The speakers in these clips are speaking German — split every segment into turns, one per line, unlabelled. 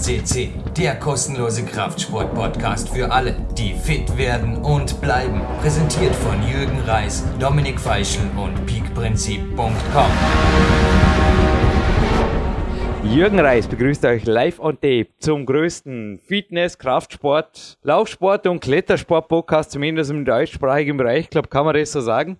CC, der kostenlose Kraftsport-Podcast für alle, die fit werden und bleiben. Präsentiert von Jürgen Reis, Dominik Feischl und peakprinzip.com.
Jürgen Reis begrüßt euch live on tape zum größten Fitness-, Kraftsport-, Laufsport- und Klettersport-Podcast, zumindest im deutschsprachigen Bereich, ich glaube, kann man das so sagen.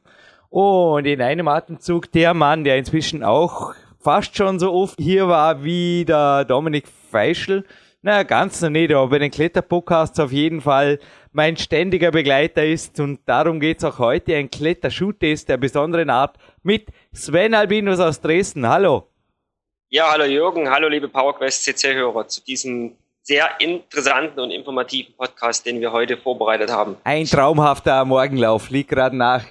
Und in einem Atemzug der Mann, der inzwischen auch fast schon so oft hier war wie der Dominik Feischl. Na, ganz noch nicht, aber bei den Kletterpodcasts auf jeden Fall mein ständiger Begleiter ist. Und darum geht es auch heute, ein Kletterschuhtest der besonderen Art mit Sven Albinus aus Dresden. Hallo.
Ja, hallo Jürgen, hallo liebe PowerQuest CC-Hörer zu diesem sehr interessanten und informativen Podcast, den wir heute vorbereitet haben.
Ein traumhafter Morgenlauf, liegt gerade nach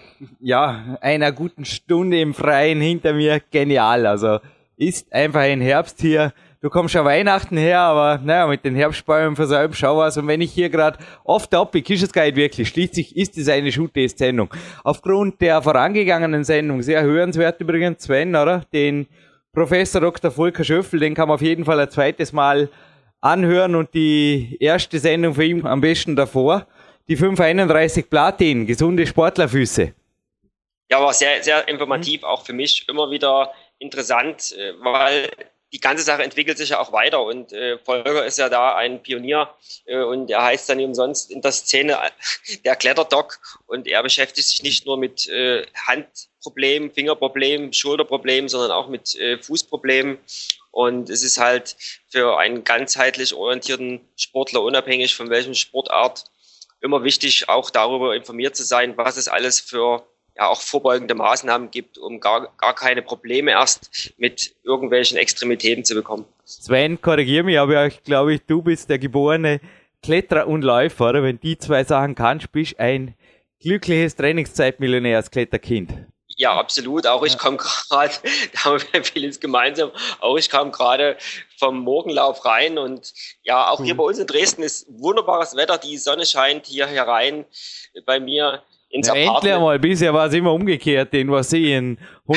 einer guten Stunde im Freien hinter mir. Genial, also ist einfach ein Herbst hier. Du kommst schon Weihnachten her, aber naja, mit den Herbstbäumen versäumt, schau was. Und wenn ich hier gerade off-topic, ist es gar nicht wirklich. Schließlich ist es eine Schuhtest-Sendung. Aufgrund der vorangegangenen Sendung, sehr hörenswert übrigens, Sven, oder? Den Professor Dr. Volker Schöffel, den kann man auf jeden Fall ein zweites Mal anhören und die erste Sendung für ihn am besten davor. Die 531 Platin, gesunde Sportlerfüße.
Ja, war sehr, sehr informativ, auch für mich immer wieder interessant, weil die ganze Sache entwickelt sich ja auch weiter und Volker ist ja da ein Pionier und er heißt dann nicht umsonst in der Szene der Kletterdoc und er beschäftigt sich nicht nur mit Handproblemen, Fingerproblemen, Schulterproblemen, sondern auch mit Fußproblemen und es ist halt für einen ganzheitlich orientierten Sportler, unabhängig von welchem Sportart, immer wichtig, auch darüber informiert zu sein, was es alles für auch vorbeugende Maßnahmen gibt, um gar keine Probleme erst mit irgendwelchen Extremitäten zu bekommen.
Sven, korrigier mich, aber ich glaube, du bist der geborene Kletterer und Läufer, oder? Wenn die zwei Sachen kannst, bist du ein glückliches Trainingszeitmillionär als Kletterkind.
Ja, absolut. Auch ich komme gerade, da haben wir vieles gemeinsam, auch ich kam gerade vom Morgenlauf rein und ja, auch hier bei uns in Dresden ist wunderbares Wetter, die Sonne scheint hier herein bei mir.
Endlich einmal, bisher war es immer umgekehrt, den was ich in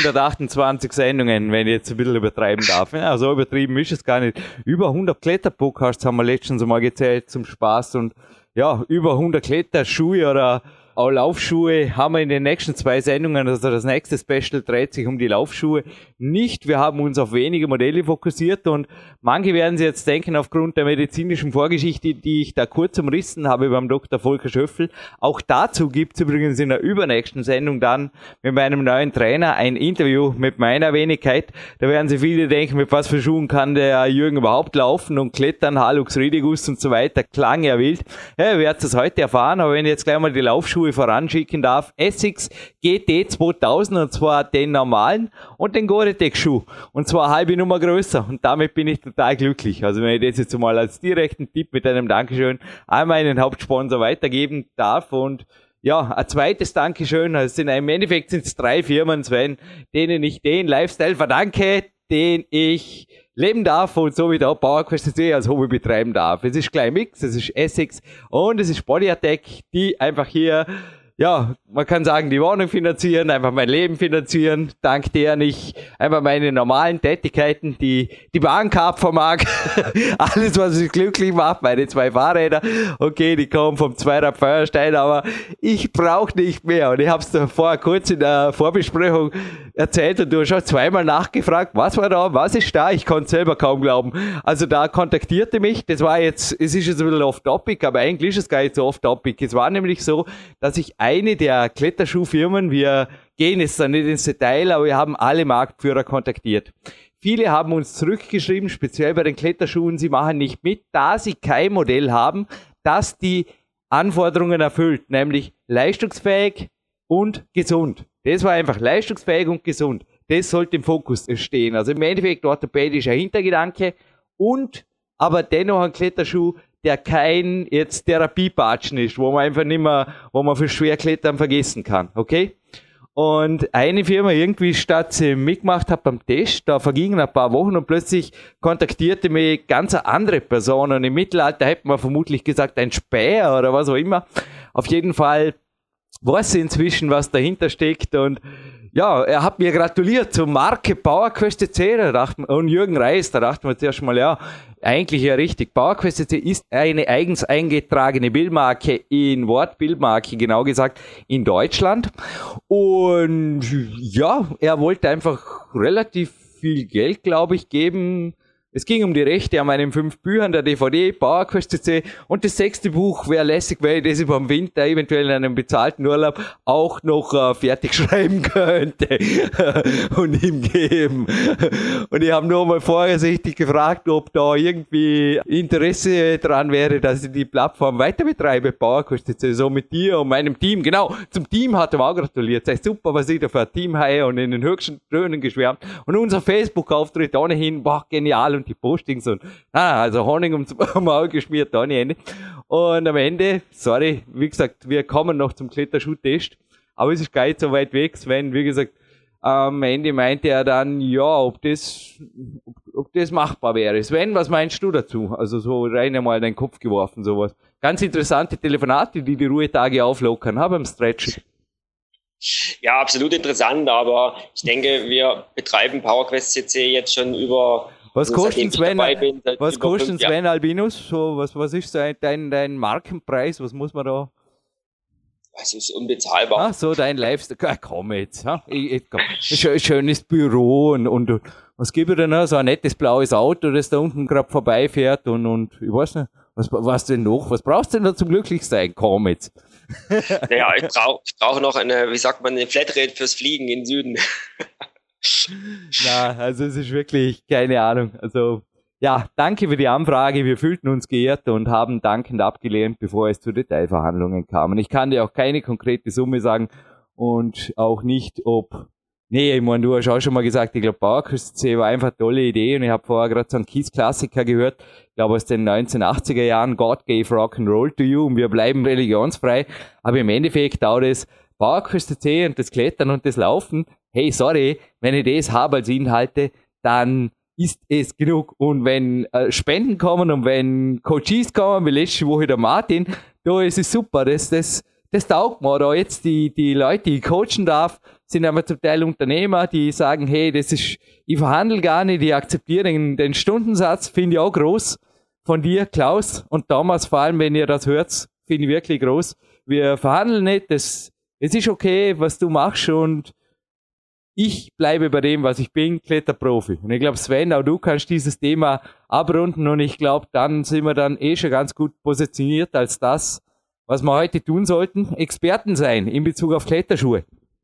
128 Sendungen, wenn ich jetzt ein bisschen übertreiben darf. Ja, so übertrieben ist es gar nicht. Über 100 Kletterpodcasts haben wir letztens mal gezählt zum Spaß und ja, über 100 Kletterschuhe oder auch Laufschuhe haben wir in den nächsten 2 Sendungen, also das nächste Special dreht sich um die Laufschuhe nicht. Wir haben uns auf wenige Modelle fokussiert und manche werden sich jetzt denken, aufgrund der medizinischen Vorgeschichte, die ich da kurz umrissen habe beim Dr. Volker Schöffel, auch dazu gibt's übrigens in der übernächsten Sendung dann mit meinem neuen Trainer ein Interview mit meiner Wenigkeit. Da werden sich viele denken, mit was für Schuhen kann der Jürgen überhaupt laufen und klettern, Halux Ridigus und so weiter, klang ja wild. Ja, ihr werdet es heute erfahren, aber wenn ich jetzt gleich mal die Laufschuhe voranschicken darf, Essex GT 2000 und zwar den normalen und den Gore-Tex-Schuh und zwar eine halbe Nummer größer und damit bin ich total glücklich. Also wenn ich das jetzt mal als direkten Tipp mit einem Dankeschön an meinen Hauptsponsor weitergeben darf und ja, ein zweites Dankeschön, also im Endeffekt sind es 3 Firmen, Sven, denen ich den Lifestyle verdanke, den ich leben darf und so wie der PowerQuest als Hobby betreiben darf. Es ist Klein Mix, es ist Essex und es ist Body Attack, die einfach hier, ja, man kann sagen, die Wohnung finanzieren, einfach mein Leben finanzieren, dank deren ich einfach meine normalen Tätigkeiten, die Bahncard vermag, alles, was mich glücklich macht, meine 2 Fahrräder, okay, die kommen vom Zweirad Feuerstein, aber ich brauche nicht mehr und ich habe es da vorher kurz in der Vorbesprechung erzählt und du hast schon 2-mal nachgefragt, was war da, was ist da, ich konnte selber kaum glauben. Also da kontaktierte mich, es ist jetzt ein bisschen off-topic, aber eigentlich ist es gar nicht so off-topic. Es war nämlich so, dass ich eine der Kletterschuhfirmen, wir gehen jetzt da nicht ins Detail, aber wir haben alle Marktführer kontaktiert. Viele haben uns zurückgeschrieben, speziell bei den Kletterschuhen, sie machen nicht mit, da sie kein Modell haben, das die Anforderungen erfüllt, nämlich leistungsfähig und gesund. Das war einfach leistungsfähig und gesund. Das sollte im Fokus stehen. Also im Endeffekt orthopädischer Hintergedanke und aber dennoch ein Kletterschuh, der kein jetzt Therapiebatschen ist, wo man einfach nicht mehr, wo man für Schwerklettern vergessen kann, okay? Und eine Firma irgendwie, statt sie mitgemacht hat beim Test, da vergingen ein paar Wochen und plötzlich kontaktierte mich ganz eine andere Person und im Mittelalter hätte man vermutlich gesagt, ein Späher oder was auch immer. Auf jeden Fall weiß inzwischen, was dahinter steckt und ja, er hat mir gratuliert zur Marke PowerQuest CC, und Jürgen Reis, da dachten wir zuerst mal, ja, eigentlich ja richtig. PowerQuest CC ist eine eigens eingetragene Bildmarke Wortbildmarke, genau gesagt, in Deutschland. Und ja, er wollte einfach relativ viel Geld, glaube ich, geben. Es ging um die Rechte an meinen 5 Büchern, der DVD, PowerQuest CC und das 6. Buch wäre lässig, weil ich das über den Winter eventuell in einem bezahlten Urlaub auch noch fertig schreiben könnte und ihm geben. Und ich habe nur mal vorsichtig gefragt, ob da irgendwie Interesse dran wäre, dass ich die Plattform weiter betreibe, PowerQuest CC, so mit dir und meinem Team. Genau, zum Team hat er auch gratuliert. Sei super, was ich da für ein Team habe und in den höchsten Tönen geschwärmt. Und unser Facebook-Auftritt ohnehin, boah, genial und die Postings und also Honig ums Maul geschmiert, da nicht Ende. Und am Ende, sorry, wie gesagt, wir kommen noch zum Kletterschuh-Test, aber es ist gar nicht so weit weg, Sven, wie gesagt, am Ende meinte er dann, ja, ob das machbar wäre. Sven, was meinst du dazu? Also so rein einmal in den Kopf geworfen, sowas. Ganz interessante Telefonate, die Ruhetage auflockern, beim Stretch.
Ja, absolut interessant, aber ich denke, wir betreiben PowerQuest CC jetzt schon über...
Was kostet Sven Albinus? So, was ist dein Markenpreis? Was muss man da?
Es ist unbezahlbar.
Ach so, dein Lifestyle. Komm jetzt. Schönes Büro und was gibt es denn noch? So ein nettes blaues Auto, das da unten gerade vorbeifährt und ich weiß nicht, was denn noch? Was brauchst du denn da zum Glücklichsein? Komm jetzt.
Naja, ich brauche noch eine Flatrate fürs Fliegen in Süden.
Na, also es ist wirklich keine Ahnung. Also ja, danke für die Anfrage. Wir fühlten uns geehrt und haben dankend abgelehnt, bevor es zu Detailverhandlungen kam. Und ich kann dir auch keine konkrete Summe sagen und auch nicht, ich meine, du hast auch schon mal gesagt, ich glaube, PowerQuest CC war einfach eine tolle Idee und ich habe vorher gerade so einen Kiss-Klassiker gehört, ich glaube aus den 1980er Jahren, God gave rock and roll to you und wir bleiben religionsfrei. Aber im Endeffekt auch das PowerQuest CC und das Klettern und das Laufen, hey, sorry, wenn ich das habe als Inhalte, dann ist es genug. Und wenn Spenden kommen und wenn Coaches kommen, wie letzte Woche der Martin, da ist es super. Das taugt mir. Oder jetzt die Leute, die ich coachen darf, sind aber zum Teil Unternehmer, die sagen, hey, ich verhandle gar nicht, die akzeptieren den Stundensatz, finde ich auch groß. Von dir, Klaus und Thomas, vor allem, wenn ihr das hört, finde ich wirklich groß. Wir verhandeln nicht, es ist okay, was du machst und ich bleibe bei dem, was ich bin, Kletterprofi. Und ich glaube, Sven, auch du kannst dieses Thema abrunden und ich glaube, dann sind wir dann schon ganz gut positioniert als das, was wir heute tun sollten, Experten sein in Bezug auf Kletterschuhe.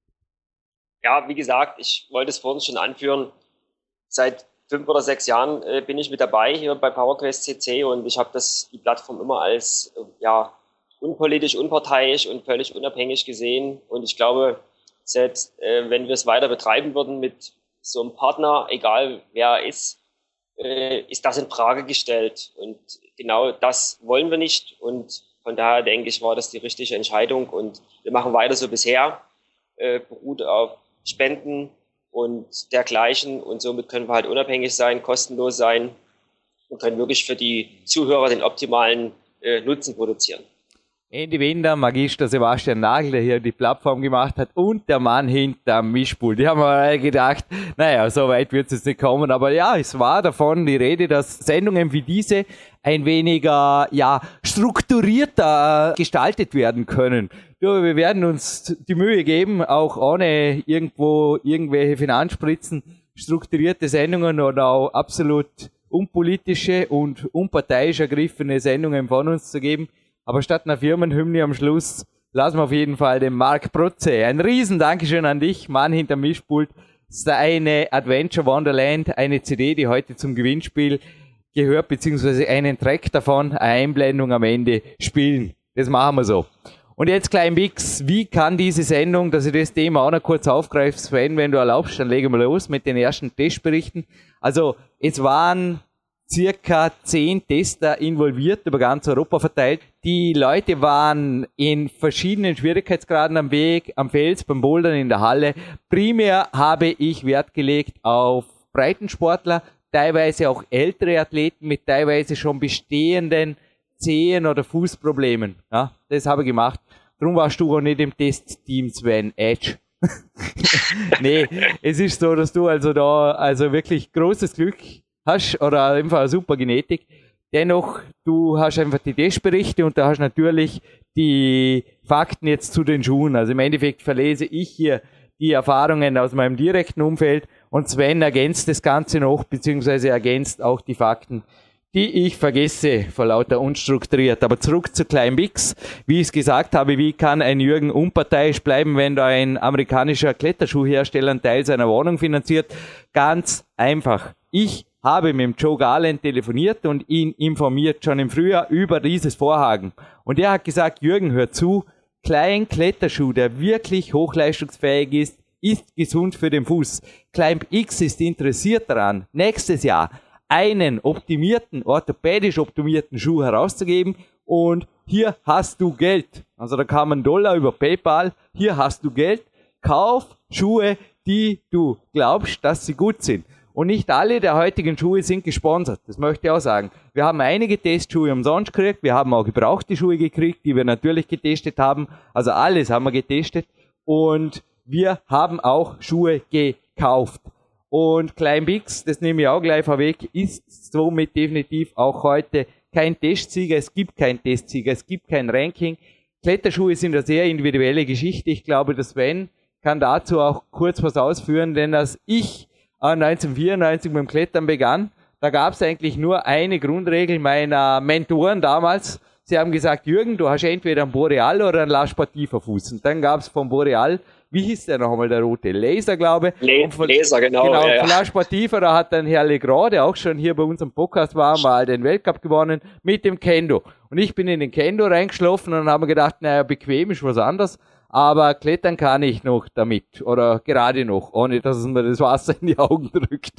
Ja, wie gesagt, ich wollte es vorhin schon anführen, seit 5 oder 6 Jahren bin ich mit dabei hier bei PowerQuest CC und ich habe die Plattform immer als unpolitisch, unparteiisch und völlig unabhängig gesehen und ich glaube, selbst wenn wir es weiter betreiben würden mit so einem Partner, egal wer er ist das in Frage gestellt. Und genau das wollen wir nicht. Und von daher denke ich, war das die richtige Entscheidung. Und wir machen weiter so bisher, beruht auf Spenden und dergleichen. Und somit können wir halt unabhängig sein, kostenlos sein und können wirklich für die Zuhörer den optimalen Nutzen produzieren.
Ende Wender, Magister Sebastian Nagel, der hier die Plattform gemacht hat, und der Mann hinterm Mischpult. Die haben mir gedacht, naja, so weit wird es jetzt nicht kommen, aber ja, es war davon die Rede, dass Sendungen wie diese ein weniger, strukturierter gestaltet werden können. Ja, wir werden uns die Mühe geben, auch ohne irgendwelche Finanzspritzen, strukturierte Sendungen oder auch absolut unpolitische und unparteiisch ergriffene Sendungen von uns zu geben. Aber statt einer Firmenhymne am Schluss lassen wir auf jeden Fall den Marc Protze. Ein riesen Dankeschön an dich, Mann hinterm Mischpult. Seine Adventure Wonderland, eine CD, die heute zum Gewinnspiel gehört, beziehungsweise einen Track davon, eine Einblendung am Ende spielen. Das machen wir so. Und jetzt klein Mix, wie kann diese Sendung, dass ich das Thema auch noch kurz aufgreife, Sven, wenn du erlaubst, dann legen wir los mit den ersten Testberichten. Also es waren circa 10 Tester involviert, über ganz Europa verteilt. Die Leute waren in verschiedenen Schwierigkeitsgraden am Weg, am Fels, beim Bouldern, in der Halle. Primär habe ich Wert gelegt auf Breitensportler, teilweise auch ältere Athleten mit teilweise schon bestehenden Zehen- oder Fußproblemen. Ja, das habe ich gemacht. Darum warst du auch nicht im Testteam Sven Edge. Nee, es ist so, dass du also da wirklich großes Glück hast oder einfach eine super Genetik. Dennoch, du hast einfach die Testberichte und da hast natürlich die Fakten jetzt zu den Schuhen. Also im Endeffekt verlese ich hier die Erfahrungen aus meinem direkten Umfeld und Sven ergänzt das Ganze noch, beziehungsweise ergänzt auch die Fakten, die ich vergesse, vor lauter unstrukturiert. Aber zurück zu Klein Bix. Wie ich es gesagt habe, wie kann ein Jürgen unparteiisch bleiben, wenn da ein amerikanischer Kletterschuhhersteller einen Teil seiner Wohnung finanziert? Ganz einfach. Ich habe mit dem Joe Garland telefoniert und ihn informiert schon im Frühjahr über dieses Vorhaben. Und er hat gesagt, Jürgen, hör zu, klein Kletterschuh, der wirklich hochleistungsfähig ist gesund für den Fuß. Climb X ist interessiert daran, nächstes Jahr einen orthopädisch optimierten Schuh herauszugeben und hier hast du Geld. Also da kam $1 über PayPal, hier hast du Geld, kauf Schuhe, die du glaubst, dass sie gut sind. Und nicht alle der heutigen Schuhe sind gesponsert, das möchte ich auch sagen. Wir haben einige Testschuhe umsonst gekriegt, wir haben auch gebrauchte Schuhe gekriegt, die wir natürlich getestet haben. Also alles haben wir getestet und wir haben auch Schuhe gekauft. Und Klein Bix, das nehme ich auch gleich vorweg, ist somit definitiv auch heute kein Testsieger. Es gibt keinen Testsieger, es gibt kein Ranking. Kletterschuhe sind eine sehr individuelle Geschichte. Ich glaube, der Sven kann dazu auch kurz was ausführen, denn als ich 1994 mit dem Klettern begann, da gab es eigentlich nur eine Grundregel meiner Mentoren damals. Sie haben gesagt, Jürgen, du hast entweder einen Boreal oder einen La Sportiva Fuß. Und dann gab es vom Boreal, wie hieß der noch einmal, der rote? Laser, glaube ich.
Laser, genau.
Genau, von La Sportiva, da hat dann Herr Legrand, der auch schon hier bei unserem Podcast war, mal den Weltcup gewonnen, mit dem Kendo. Und ich bin in den Kendo reingeschlafen und habe mir gedacht, naja, bequem ist was anderes. Aber klettern kann ich noch damit. Oder gerade noch, ohne dass es mir das Wasser in die Augen drückt.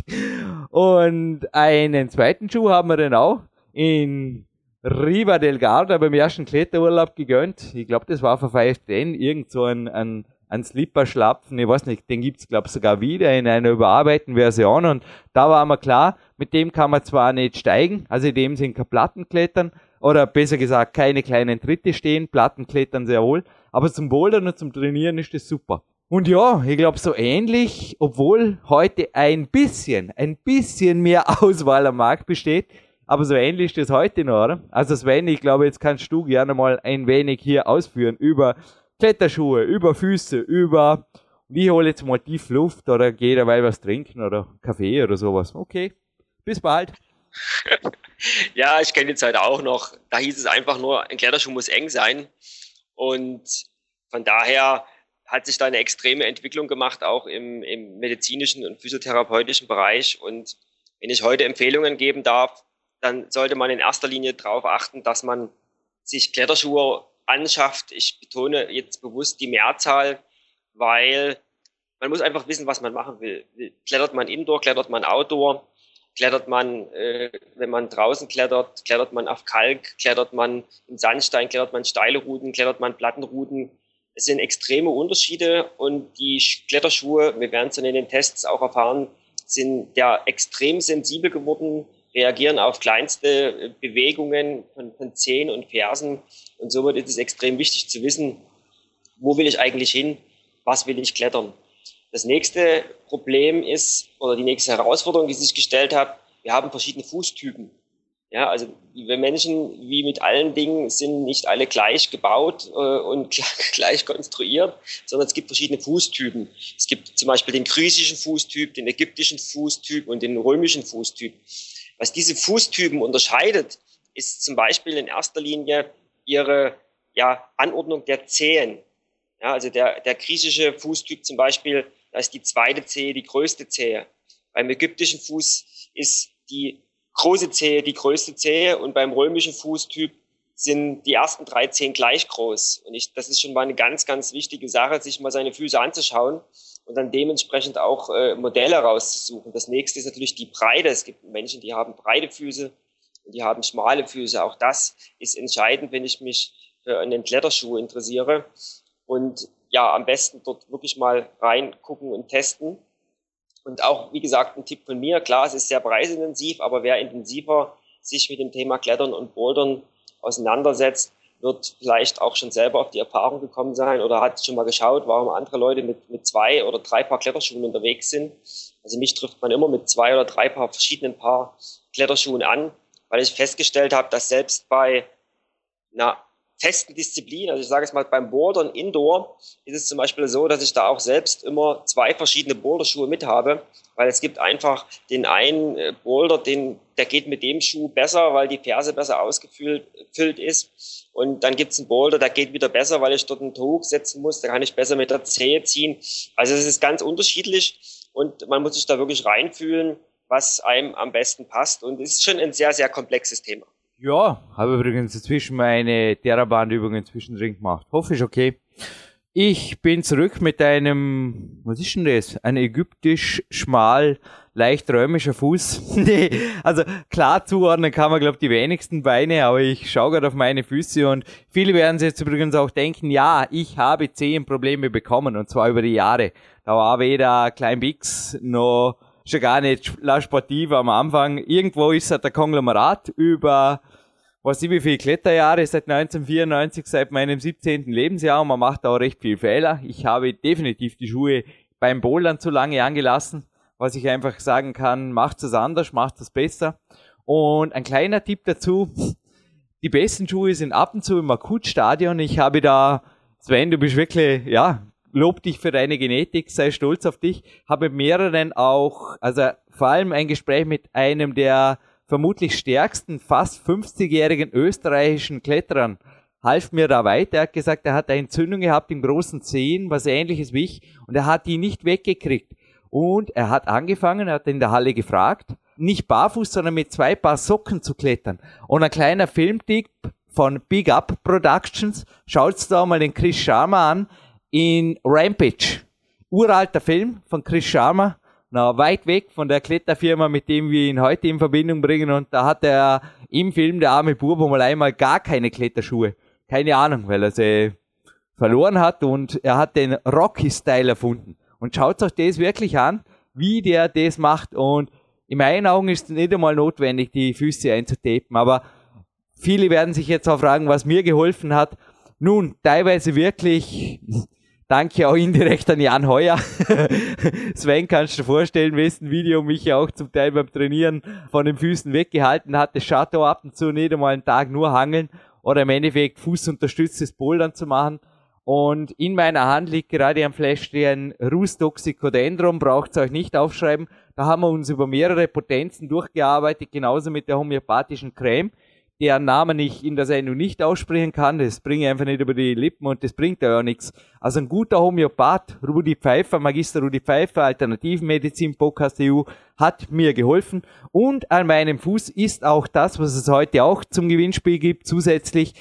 Und einen zweiten Schuh haben wir dann auch in Riva del Garda beim ersten Kletterurlaub gegönnt. Ich glaube, das war von 510, irgend so ein Slipper-Schlapfen, ich weiß nicht, den gibt's glaube ich sogar wieder in einer überarbeiteten Version und da war mir klar, mit dem kann man zwar nicht steigen, also in dem Sinn kein Plattenklettern oder besser gesagt keine kleinen Tritte stehen, Plattenklettern sehr wohl, aber zum Bouldern und zum Trainieren ist das super. Und ja, ich glaube so ähnlich, obwohl heute ein bisschen mehr Auswahl am Markt besteht, aber so ähnlich ist das heute noch, oder? Also Sven, ich glaube, jetzt kannst du gerne mal ein wenig hier ausführen über Kletterschuhe, über Füße, über, ich hole jetzt mal tief Luft oder gehe dabei was trinken oder Kaffee oder sowas. Okay, bis bald.
Ja, ich kenne die Zeit auch noch. Da hieß es einfach nur, ein Kletterschuh muss eng sein. Und von daher hat sich da eine extreme Entwicklung gemacht, auch im medizinischen und physiotherapeutischen Bereich. Und wenn ich heute Empfehlungen geben darf, dann sollte man in erster Linie darauf achten, dass man sich Kletterschuhe anschafft. Ich betone jetzt bewusst die Mehrzahl, weil man muss einfach wissen, was man machen will. Klettert man Indoor, klettert man Outdoor, klettert man, wenn man draußen klettert, klettert man auf Kalk, klettert man im Sandstein, klettert man steile Routen, klettert man Plattenrouten. Es sind extreme Unterschiede und die Kletterschuhe, wir werden es dann in den Tests auch erfahren, sind ja extrem sensibel geworden, reagieren auf kleinste Bewegungen von Zehen und Fersen. Und somit ist es extrem wichtig zu wissen, wo will ich eigentlich hin, was will ich klettern. Das nächste Problem ist, oder die nächste Herausforderung, die sich gestellt hat, wir haben verschiedene Fußtypen. Ja, also wir Menschen, wie mit allen Dingen, sind nicht alle gleich gebaut und gleich konstruiert, sondern es gibt verschiedene Fußtypen. Es gibt zum Beispiel den griechischen Fußtyp, den ägyptischen Fußtyp und den römischen Fußtyp. Was diese Fußtypen unterscheidet, ist zum Beispiel in erster Linie ihre Anordnung der Zehen. Ja, also der griechische Fußtyp zum Beispiel, da ist die zweite Zehe die größte Zehe. Beim ägyptischen Fuß ist die große Zehe die größte Zehe und beim römischen Fußtyp sind die ersten 3 Zehen gleich groß. Und das ist schon mal eine ganz, ganz wichtige Sache, sich mal seine Füße anzuschauen und dann dementsprechend auch Modelle rauszusuchen. Das nächste ist natürlich die Breite. Es gibt Menschen, die haben breite Füße und die haben schmale Füße. Auch das ist entscheidend, wenn ich mich für einen Kletterschuh interessiere. Und ja, am besten dort wirklich mal reingucken und testen. Und auch, wie gesagt, ein Tipp von mir, klar, es ist sehr preisintensiv, aber wer intensiver sich mit dem Thema Klettern und Bouldern auseinandersetzt, wird vielleicht auch schon selber auf die Erfahrung gekommen sein oder hat schon mal geschaut, warum andere Leute mit 2 oder 3 Paar Kletterschuhen unterwegs sind. Also mich trifft man immer mit 2 oder 3 verschiedenen Paar Kletterschuhen an, weil ich festgestellt habe, dass selbst bei einer festen Disziplin, also ich sage es mal beim Bouldern Indoor, ist es zum Beispiel so, dass ich da auch selbst immer 2 verschiedene Boulderschuhe mit habe, weil es gibt einfach den einen Boulder, der geht mit dem Schuh besser, weil die Ferse besser ausgefüllt ist, und dann gibt es einen Boulder, der geht wieder besser, weil ich dort einen Toe setzen muss, da kann ich besser mit der Zehe ziehen. Also es ist ganz unterschiedlich und man muss sich da wirklich reinfühlen, was einem am besten passt, und es ist schon ein sehr, sehr komplexes Thema.
Ja, habe übrigens inzwischen meine Theraband-Übungen zwischendrin gemacht. Hoffe ich okay. Ich bin zurück mit einem, was ist denn das? Ein ägyptisch schmal, leicht römischer Fuß. Nee, also klar zuordnen kann man, glaube ich, die wenigsten Beine, aber ich schaue gerade auf meine Füße und viele werden sich jetzt übrigens auch denken, ja, ich habe Zehenprobleme bekommen, und zwar über die Jahre. Da war weder Klein Bix noch schon gar nicht La Sportiva am Anfang. Irgendwo ist halt der Konglomerat über, weiß ich wie viele Kletterjahre, seit 1994, seit meinem 17. Lebensjahr, und man macht auch recht viel Fehler. Ich habe definitiv die Schuhe beim Bouldern zu lange angelassen, was ich einfach sagen kann, macht es anders, macht es besser. Und ein kleiner Tipp dazu, die besten Schuhe sind ab und zu im Akutstadion. Ich habe da, Sven, du bist wirklich, ja, lob dich für deine Genetik, sei stolz auf dich. Habe mit mehreren auch, also vor allem ein Gespräch mit einem der vermutlich stärksten, fast 50-jährigen österreichischen Kletterern, half mir da weiter. Er hat gesagt, er hat eine Entzündung gehabt im großen Zehen, was ähnliches wie ich, und er hat die nicht weggekriegt. Und er hat angefangen, er hat in der Halle gefragt, nicht barfuß, sondern mit 2 Paar Socken zu klettern. Und ein kleiner Filmtipp von Big Up Productions, schaut's da mal den Chris Sharma an, in Rampage. Uralter Film von Chris Sharma, weit weg von der Kletterfirma, mit dem wir ihn heute in Verbindung bringen, und da hat er im Film, der arme Bub, mal einmal gar keine Kletterschuhe. Keine Ahnung, weil er sie verloren hat, und er hat den Rocky-Style erfunden. Und schaut euch das wirklich an, wie der das macht, und in meinen Augen ist es nicht einmal notwendig, die Füße einzutapen, aber viele werden sich jetzt auch fragen, was mir geholfen hat. Nun, teilweise wirklich, danke auch indirekt an Jan Heuer. Sven, kannst du dir vorstellen, wessen Video mich ja auch zum Teil beim Trainieren von den Füßen weggehalten hat. Das schaut auch ab und zu nicht einmal einen Tag nur hangeln oder im Endeffekt fußunterstütztes Bouldern zu machen. Und in meiner Hand liegt gerade am Fläschchen ein Rus Toxicodendron, braucht es euch nicht aufschreiben. Da haben wir uns über mehrere Potenzen durchgearbeitet, genauso mit der homöopathischen Creme, deren Namen ich in der Sendung nicht aussprechen kann. Das bringe ich einfach nicht über die Lippen und das bringt ja auch nichts. Also ein guter Homöopath, Rudi Pfeiffer, Magister Rudi Pfeiffer, Alternativmedizin, Podcast EU, hat mir geholfen. Und an meinem Fuß ist auch das, was es heute auch zum Gewinnspiel gibt, zusätzlich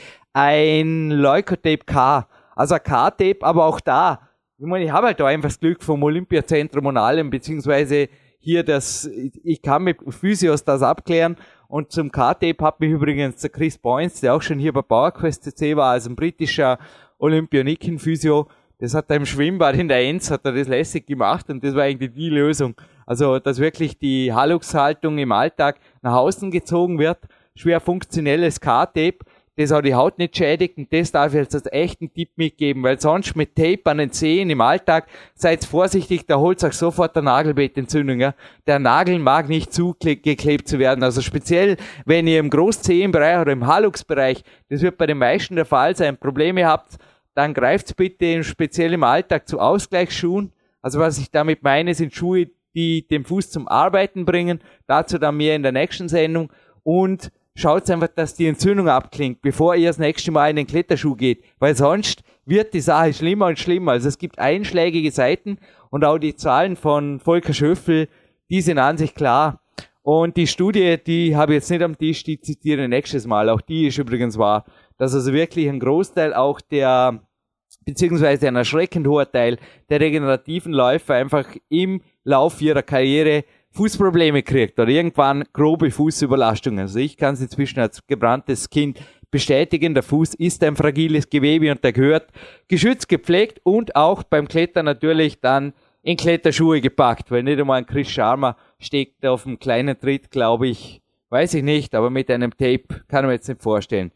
ein Leukotape K. Also ein K-Tape, aber auch da, ich habe halt da einfach das Glück vom Olympiazentrum und allem, beziehungsweise hier ich kann mit Physios das abklären. Und zum K-Tape hat mich übrigens der Chris Boynes, der auch schon hier bei PowerQuest CC war, also ein britischer Olympioniken-Physio, das hat er im Schwimmbad in der Enz, hat er das lässig gemacht, und das war eigentlich die Lösung. Also, dass wirklich die Hallux-Haltung im Alltag nach außen gezogen wird, schwer funktionelles K-Tape, das auch die Haut nicht schädigt, und das darf ich jetzt als echten Tipp mitgeben, weil sonst mit Tape an den Zehen im Alltag, seid vorsichtig, da holt euch sofort der Nagelbettentzündung. Ja? Der Nagel mag nicht zugeklebt zu werden, also speziell, wenn ihr im Großzehenbereich oder im Hallux-Bereich, das wird bei den meisten der Fall sein, Probleme habt, dann greift bitte speziell im Alltag zu Ausgleichsschuhen. Also was ich damit meine, sind Schuhe, die den Fuß zum Arbeiten bringen, dazu dann mehr in der nächsten Sendung, und schaut einfach, dass die Entzündung abklingt, bevor ihr das nächste Mal in den Kletterschuh geht, weil sonst wird die Sache schlimmer und schlimmer. Also es gibt einschlägige Seiten, und auch die Zahlen von Volker Schöffel, die sind an sich klar. Und die Studie, die habe ich jetzt nicht am Tisch, die zitiere ich nächstes Mal, auch die ist übrigens wahr, dass also wirklich ein Großteil auch beziehungsweise ein erschreckend hoher Teil der regenerativen Läufer einfach im Lauf ihrer Karriere Fußprobleme kriegt oder irgendwann grobe Fußüberlastungen. Also ich kann es inzwischen als gebranntes Kind bestätigen, der Fuß ist ein fragiles Gewebe und der gehört geschützt, gepflegt und auch beim Klettern natürlich dann in Kletterschuhe gepackt, weil nicht einmal ein Chris Sharma steckt auf einem kleinen Tritt, glaube ich, weiß ich nicht, aber mit einem Tape kann man jetzt nicht vorstellen.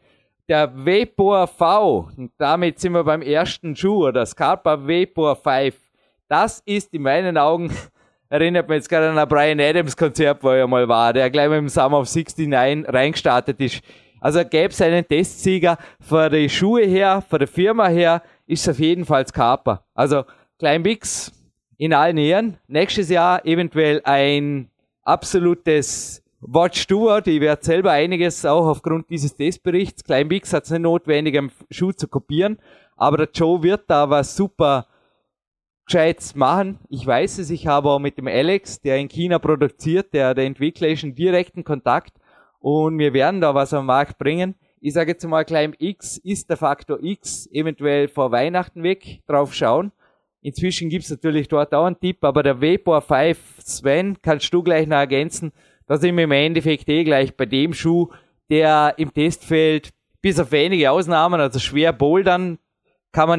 Der Vapor V, und damit sind wir beim ersten Schuh, oder Scarpa Vapor 5, das ist in meinen Augen, erinnert mich jetzt gerade an ein Bryan Adams Konzert, wo er mal war, der gleich mit dem Summer of 69 reingestartet ist. Also gäbe es einen Testsieger, von den Schuhe her, von der Firma her, ist es auf jeden Fall Scarpa. Also Climbix in allen Ehren. Nächstes Jahr eventuell ein absolutes Watch Stewart. Ich werde selber einiges auch aufgrund dieses Testberichts. Climbix hat es nicht notwendig, am Schuh zu kopieren, aber der Joe wird da was super Gescheites machen. Ich weiß es, ich habe auch mit dem Alex, der in China produziert, der Entwickler ist, in direkten Kontakt und wir werden da was am Markt bringen. Ich sage jetzt mal, Climbix ist der Faktor X, eventuell vor Weihnachten weg, drauf schauen. Inzwischen gibt's natürlich dort auch einen Tipp, aber der Vapor 5, Sven, kannst du gleich noch ergänzen, da sind wir im Endeffekt gleich bei dem Schuh, der im Testfeld, bis auf wenige Ausnahmen, also schwer bouldern, kann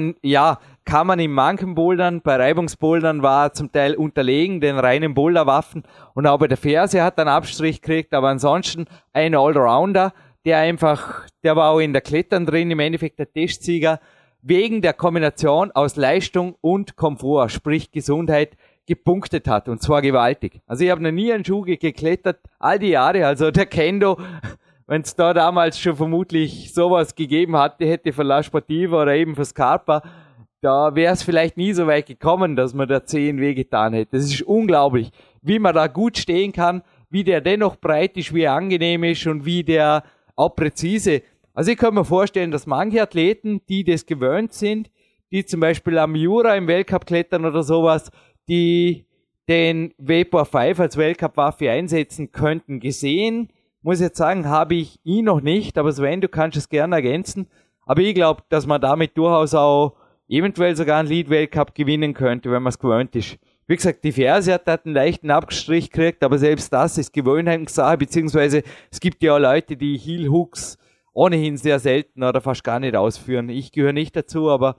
man in manchen Bouldern, bei Reibungsbouldern war zum Teil unterlegen, den reinen Boulderwaffen, und auch bei der Ferse hat er einen Abstrich gekriegt, aber ansonsten ein Allrounder, der war auch in der Klettern drin, im Endeffekt der Testsieger, wegen der Kombination aus Leistung und Komfort, sprich Gesundheit, gepunktet hat, und zwar gewaltig. Also ich habe noch nie einen Schuh geklettert, all die Jahre, also der Kendo, wenn es da damals schon vermutlich sowas gegeben hätte für La Sportiva oder eben für Scarpa, da wäre es vielleicht nie so weit gekommen, dass man da 10 wehgetan hätte. Das ist unglaublich, wie man da gut stehen kann, wie der dennoch breit ist, wie er angenehm ist und wie der auch präzise. Also ich kann mir vorstellen, dass manche Athleten, die das gewöhnt sind, die zum Beispiel am Jura im Weltcup klettern oder sowas, die den Vapor 5 als Weltcup-Waffe einsetzen könnten, gesehen. Muss jetzt sagen, habe ich ihn noch nicht, aber Sven, du kannst es gerne ergänzen. Aber ich glaube, dass man damit durchaus auch eventuell sogar einen Lead-Weltcup gewinnen könnte, wenn man es gewöhnt ist. Wie gesagt, die Ferse hat einen leichten Abstrich gekriegt, aber selbst das ist Gewohnheitssache, beziehungsweise es gibt ja auch Leute, die Heel-Hooks ohnehin sehr selten oder fast gar nicht ausführen. Ich gehöre nicht dazu, aber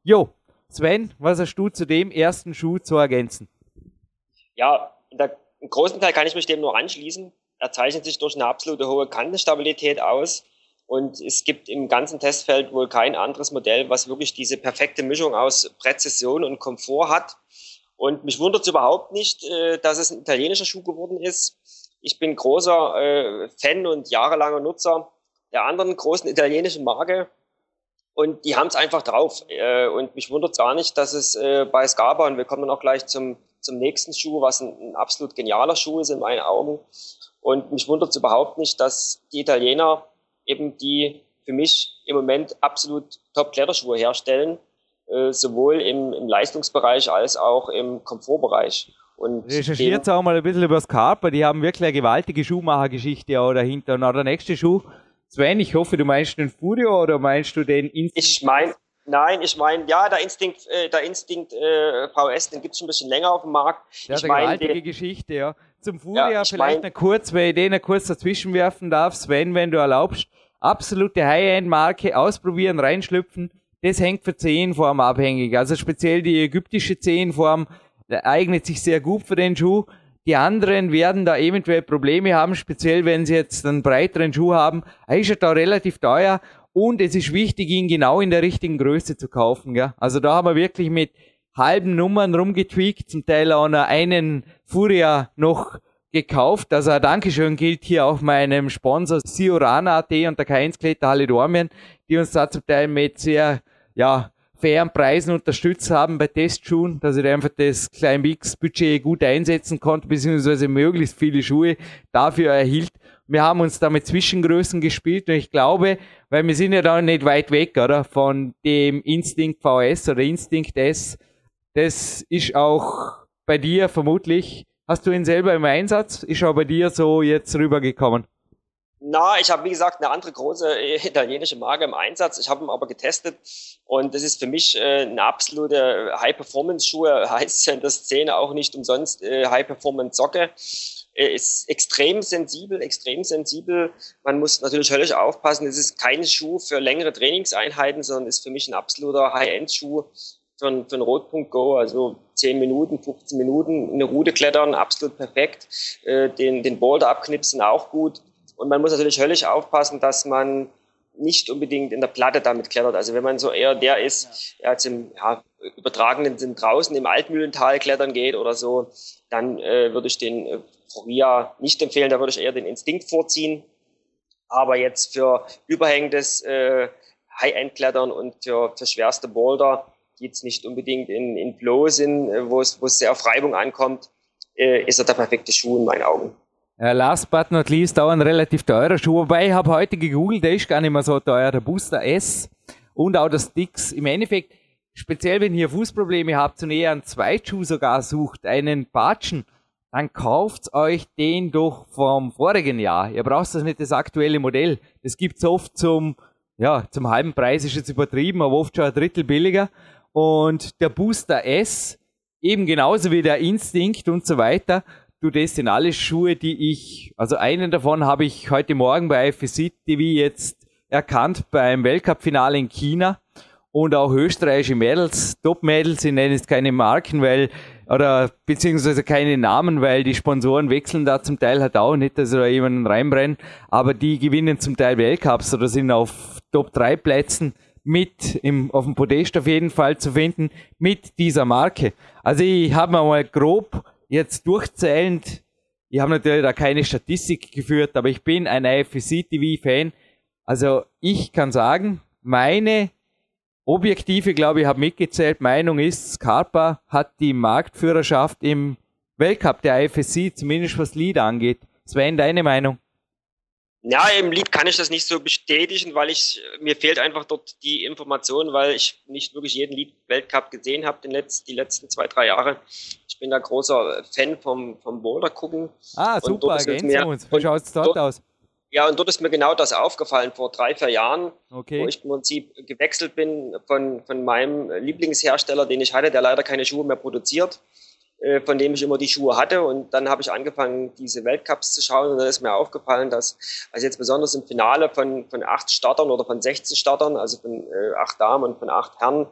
Sven, was hast du zu dem ersten Schuh zu ergänzen?
Ja, im großen Teil kann ich mich dem nur anschließen. Er zeichnet sich durch eine absolute hohe Kantenstabilität aus. Und es gibt im ganzen Testfeld wohl kein anderes Modell, was wirklich diese perfekte Mischung aus Präzision und Komfort hat. Und mich wundert es überhaupt nicht, dass es ein italienischer Schuh geworden ist. Ich bin großer Fan und jahrelanger Nutzer der anderen großen italienischen Marke. Und die haben es einfach drauf. Und mich wundert es gar nicht, dass es bei Scarpa, und wir kommen dann auch gleich zum nächsten Schuh, was ein absolut genialer Schuh ist in meinen Augen. Und mich wundert es überhaupt nicht, dass die Italiener eben die für mich im Moment absolut Top-Kletterschuhe herstellen, sowohl im Leistungsbereich als auch im Komfortbereich. Und
recherchiert auch mal ein bisschen über Scarpa, die haben wirklich eine gewaltige Schuhmachergeschichte auch dahinter. Und auch der nächste Schuh, Sven, ich hoffe, du meinst den Furio oder meinst du den Instinct?
Ich meine, der Instinct VS, den gibt es schon ein bisschen länger auf dem Markt.
Ja, eine gewaltige Geschichte, ja. Zum Furio vielleicht noch kurz, weil ich den kurz dazwischen werfen darf, Sven, wenn du erlaubst. Absolute High-End-Marke, ausprobieren, reinschlüpfen, das hängt für Zehenform abhängig. Also speziell die ägyptische Zehenform eignet sich sehr gut für den Schuh. Die anderen werden da eventuell Probleme haben, speziell wenn sie jetzt einen breiteren Schuh haben. Er ist ja da relativ teuer und es ist wichtig, ihn genau in der richtigen Größe zu kaufen. Gell? Also da haben wir wirklich mit halben Nummern rumgetweakt, zum Teil auch noch einen Furia noch gekauft. Also ein Dankeschön gilt hier auch meinem Sponsor Siorana.at und der K1 Kletterhalle Dormien, die uns da zum Teil mit sehr fairen Preisen unterstützt haben bei Testschuhen, dass ich einfach das Climbix-Budget gut einsetzen konnte, beziehungsweise möglichst viele Schuhe dafür erhielt. Wir haben uns da mit Zwischengrößen gespielt und ich glaube, weil wir sind ja da nicht weit weg, oder, von dem Instinct VS oder Instinct S. Das ist auch bei dir vermutlich, hast du ihn selber im Einsatz? Ist auch bei dir so jetzt rübergekommen?
Na, ich habe, wie gesagt, eine andere große italienische Marke im Einsatz. Ich habe ihn aber getestet und das ist für mich eine absolute High-Performance-Schuhe. Heißt ja in der Szene auch nicht umsonst High-Performance-Socke. Ist extrem sensibel. Man muss natürlich höllisch aufpassen. Es ist kein Schuh für längere Trainingseinheiten, sondern ist für mich ein absoluter High-End-Schuh für einen Rot.Go, also 10 Minuten, 15 Minuten eine Route klettern, absolut perfekt. Den Boulder abknipsen auch gut. Und man muss natürlich höllisch aufpassen, dass man nicht unbedingt in der Platte damit klettert. Also wenn man so eher der ist, der jetzt im übertragenen Sinn draußen im Altmühlental klettern geht oder so, dann würde ich den Foria nicht empfehlen, da würde ich eher den Instinkt vorziehen. Aber jetzt für überhängendes High-End-Klettern und für schwerste Boulder, die jetzt nicht unbedingt in Flow sind, wo es sehr auf Reibung ankommt, ist er der perfekte Schuh in meinen Augen.
Last but not least, auch ein relativ teurer Schuh. Wobei, ich habe heute gegoogelt, der ist gar nicht mehr so teuer. Der Booster S und auch der Stix. Im Endeffekt, speziell wenn ihr Fußprobleme habt und eher einen Zweitschuh sogar sucht, einen Patschen, dann kauft euch den doch vom vorigen Jahr. Ihr braucht das nicht das aktuelle Modell. Das gibt's oft zum halben Preis, ist jetzt übertrieben, aber oft schon ein Drittel billiger. Und der Booster S, eben genauso wie der Instinct und so weiter, das sind alles Schuhe, also einen davon habe ich heute Morgen bei FSC TV jetzt erkannt beim Weltcup-Finale in China und auch österreichische Mädels, Top-Mädels, ich nenne jetzt keine Marken, beziehungsweise keine Namen, weil die Sponsoren wechseln da zum Teil halt auch nicht, dass sie da jemanden reinbrennen, aber die gewinnen zum Teil Weltcups oder sind auf Top-3 Plätzen auf dem Podest auf jeden Fall zu finden mit dieser Marke. Also ich habe mir mal grob jetzt durchzählend, ich habe natürlich da keine Statistik geführt, aber ich bin ein IFSC-TV-Fan. Also ich kann sagen, meine objektive, glaube ich, habe mitgezählt, Meinung ist, Scarpa hat die Marktführerschaft im Weltcup der IFSC, zumindest was Lead angeht. Sven, deine Meinung?
Ja, im Lead kann ich das nicht so bestätigen, weil mir fehlt einfach dort die Information, weil ich nicht wirklich jeden Lead-Weltcup gesehen habe die letzten 2-3 Jahre. Ich bin da großer Fan vom Boulder gucken.
Ah, super, ergänzen uns. Wie schaut es dort aus?
Ja, und dort ist mir genau das aufgefallen vor 3-4 Jahren,
okay,
wo ich im Prinzip gewechselt bin von meinem Lieblingshersteller, den ich hatte, der leider keine Schuhe mehr produziert, von dem ich immer die Schuhe hatte. Und dann habe ich angefangen, diese Weltcups zu schauen, und dann ist mir aufgefallen, dass also jetzt besonders im Finale von 8 Startern oder von 16 Startern, also von 8 Damen und von 8 Herren,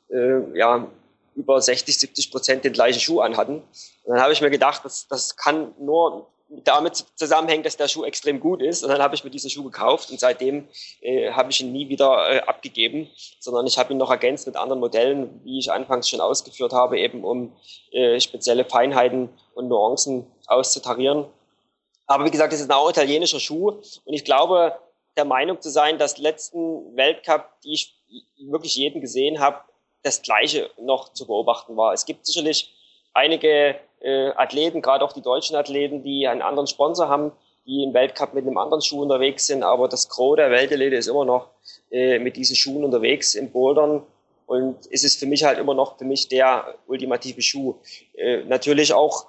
über 60-70% den gleichen Schuh anhatten. Und dann habe ich mir gedacht, das kann nur damit zusammenhängen, dass der Schuh extrem gut ist. Und dann habe ich mir diesen Schuh gekauft und seitdem habe ich ihn nie wieder abgegeben, sondern ich habe ihn noch ergänzt mit anderen Modellen, wie ich anfangs schon ausgeführt habe, eben um spezielle Feinheiten und Nuancen auszutarieren. Aber wie gesagt, das ist ein italienischer Schuh und ich glaube, der Meinung zu sein, dass letzten Weltcup, die ich wirklich jeden gesehen habe, das Gleiche noch zu beobachten war. Es gibt sicherlich einige Athleten, gerade auch die deutschen Athleten, die einen anderen Sponsor haben, die im Weltcup mit einem anderen Schuh unterwegs sind, aber das Gros der Weltelite ist immer noch mit diesen Schuhen unterwegs im Bouldern und es ist für mich halt immer noch der ultimative Schuh. Natürlich auch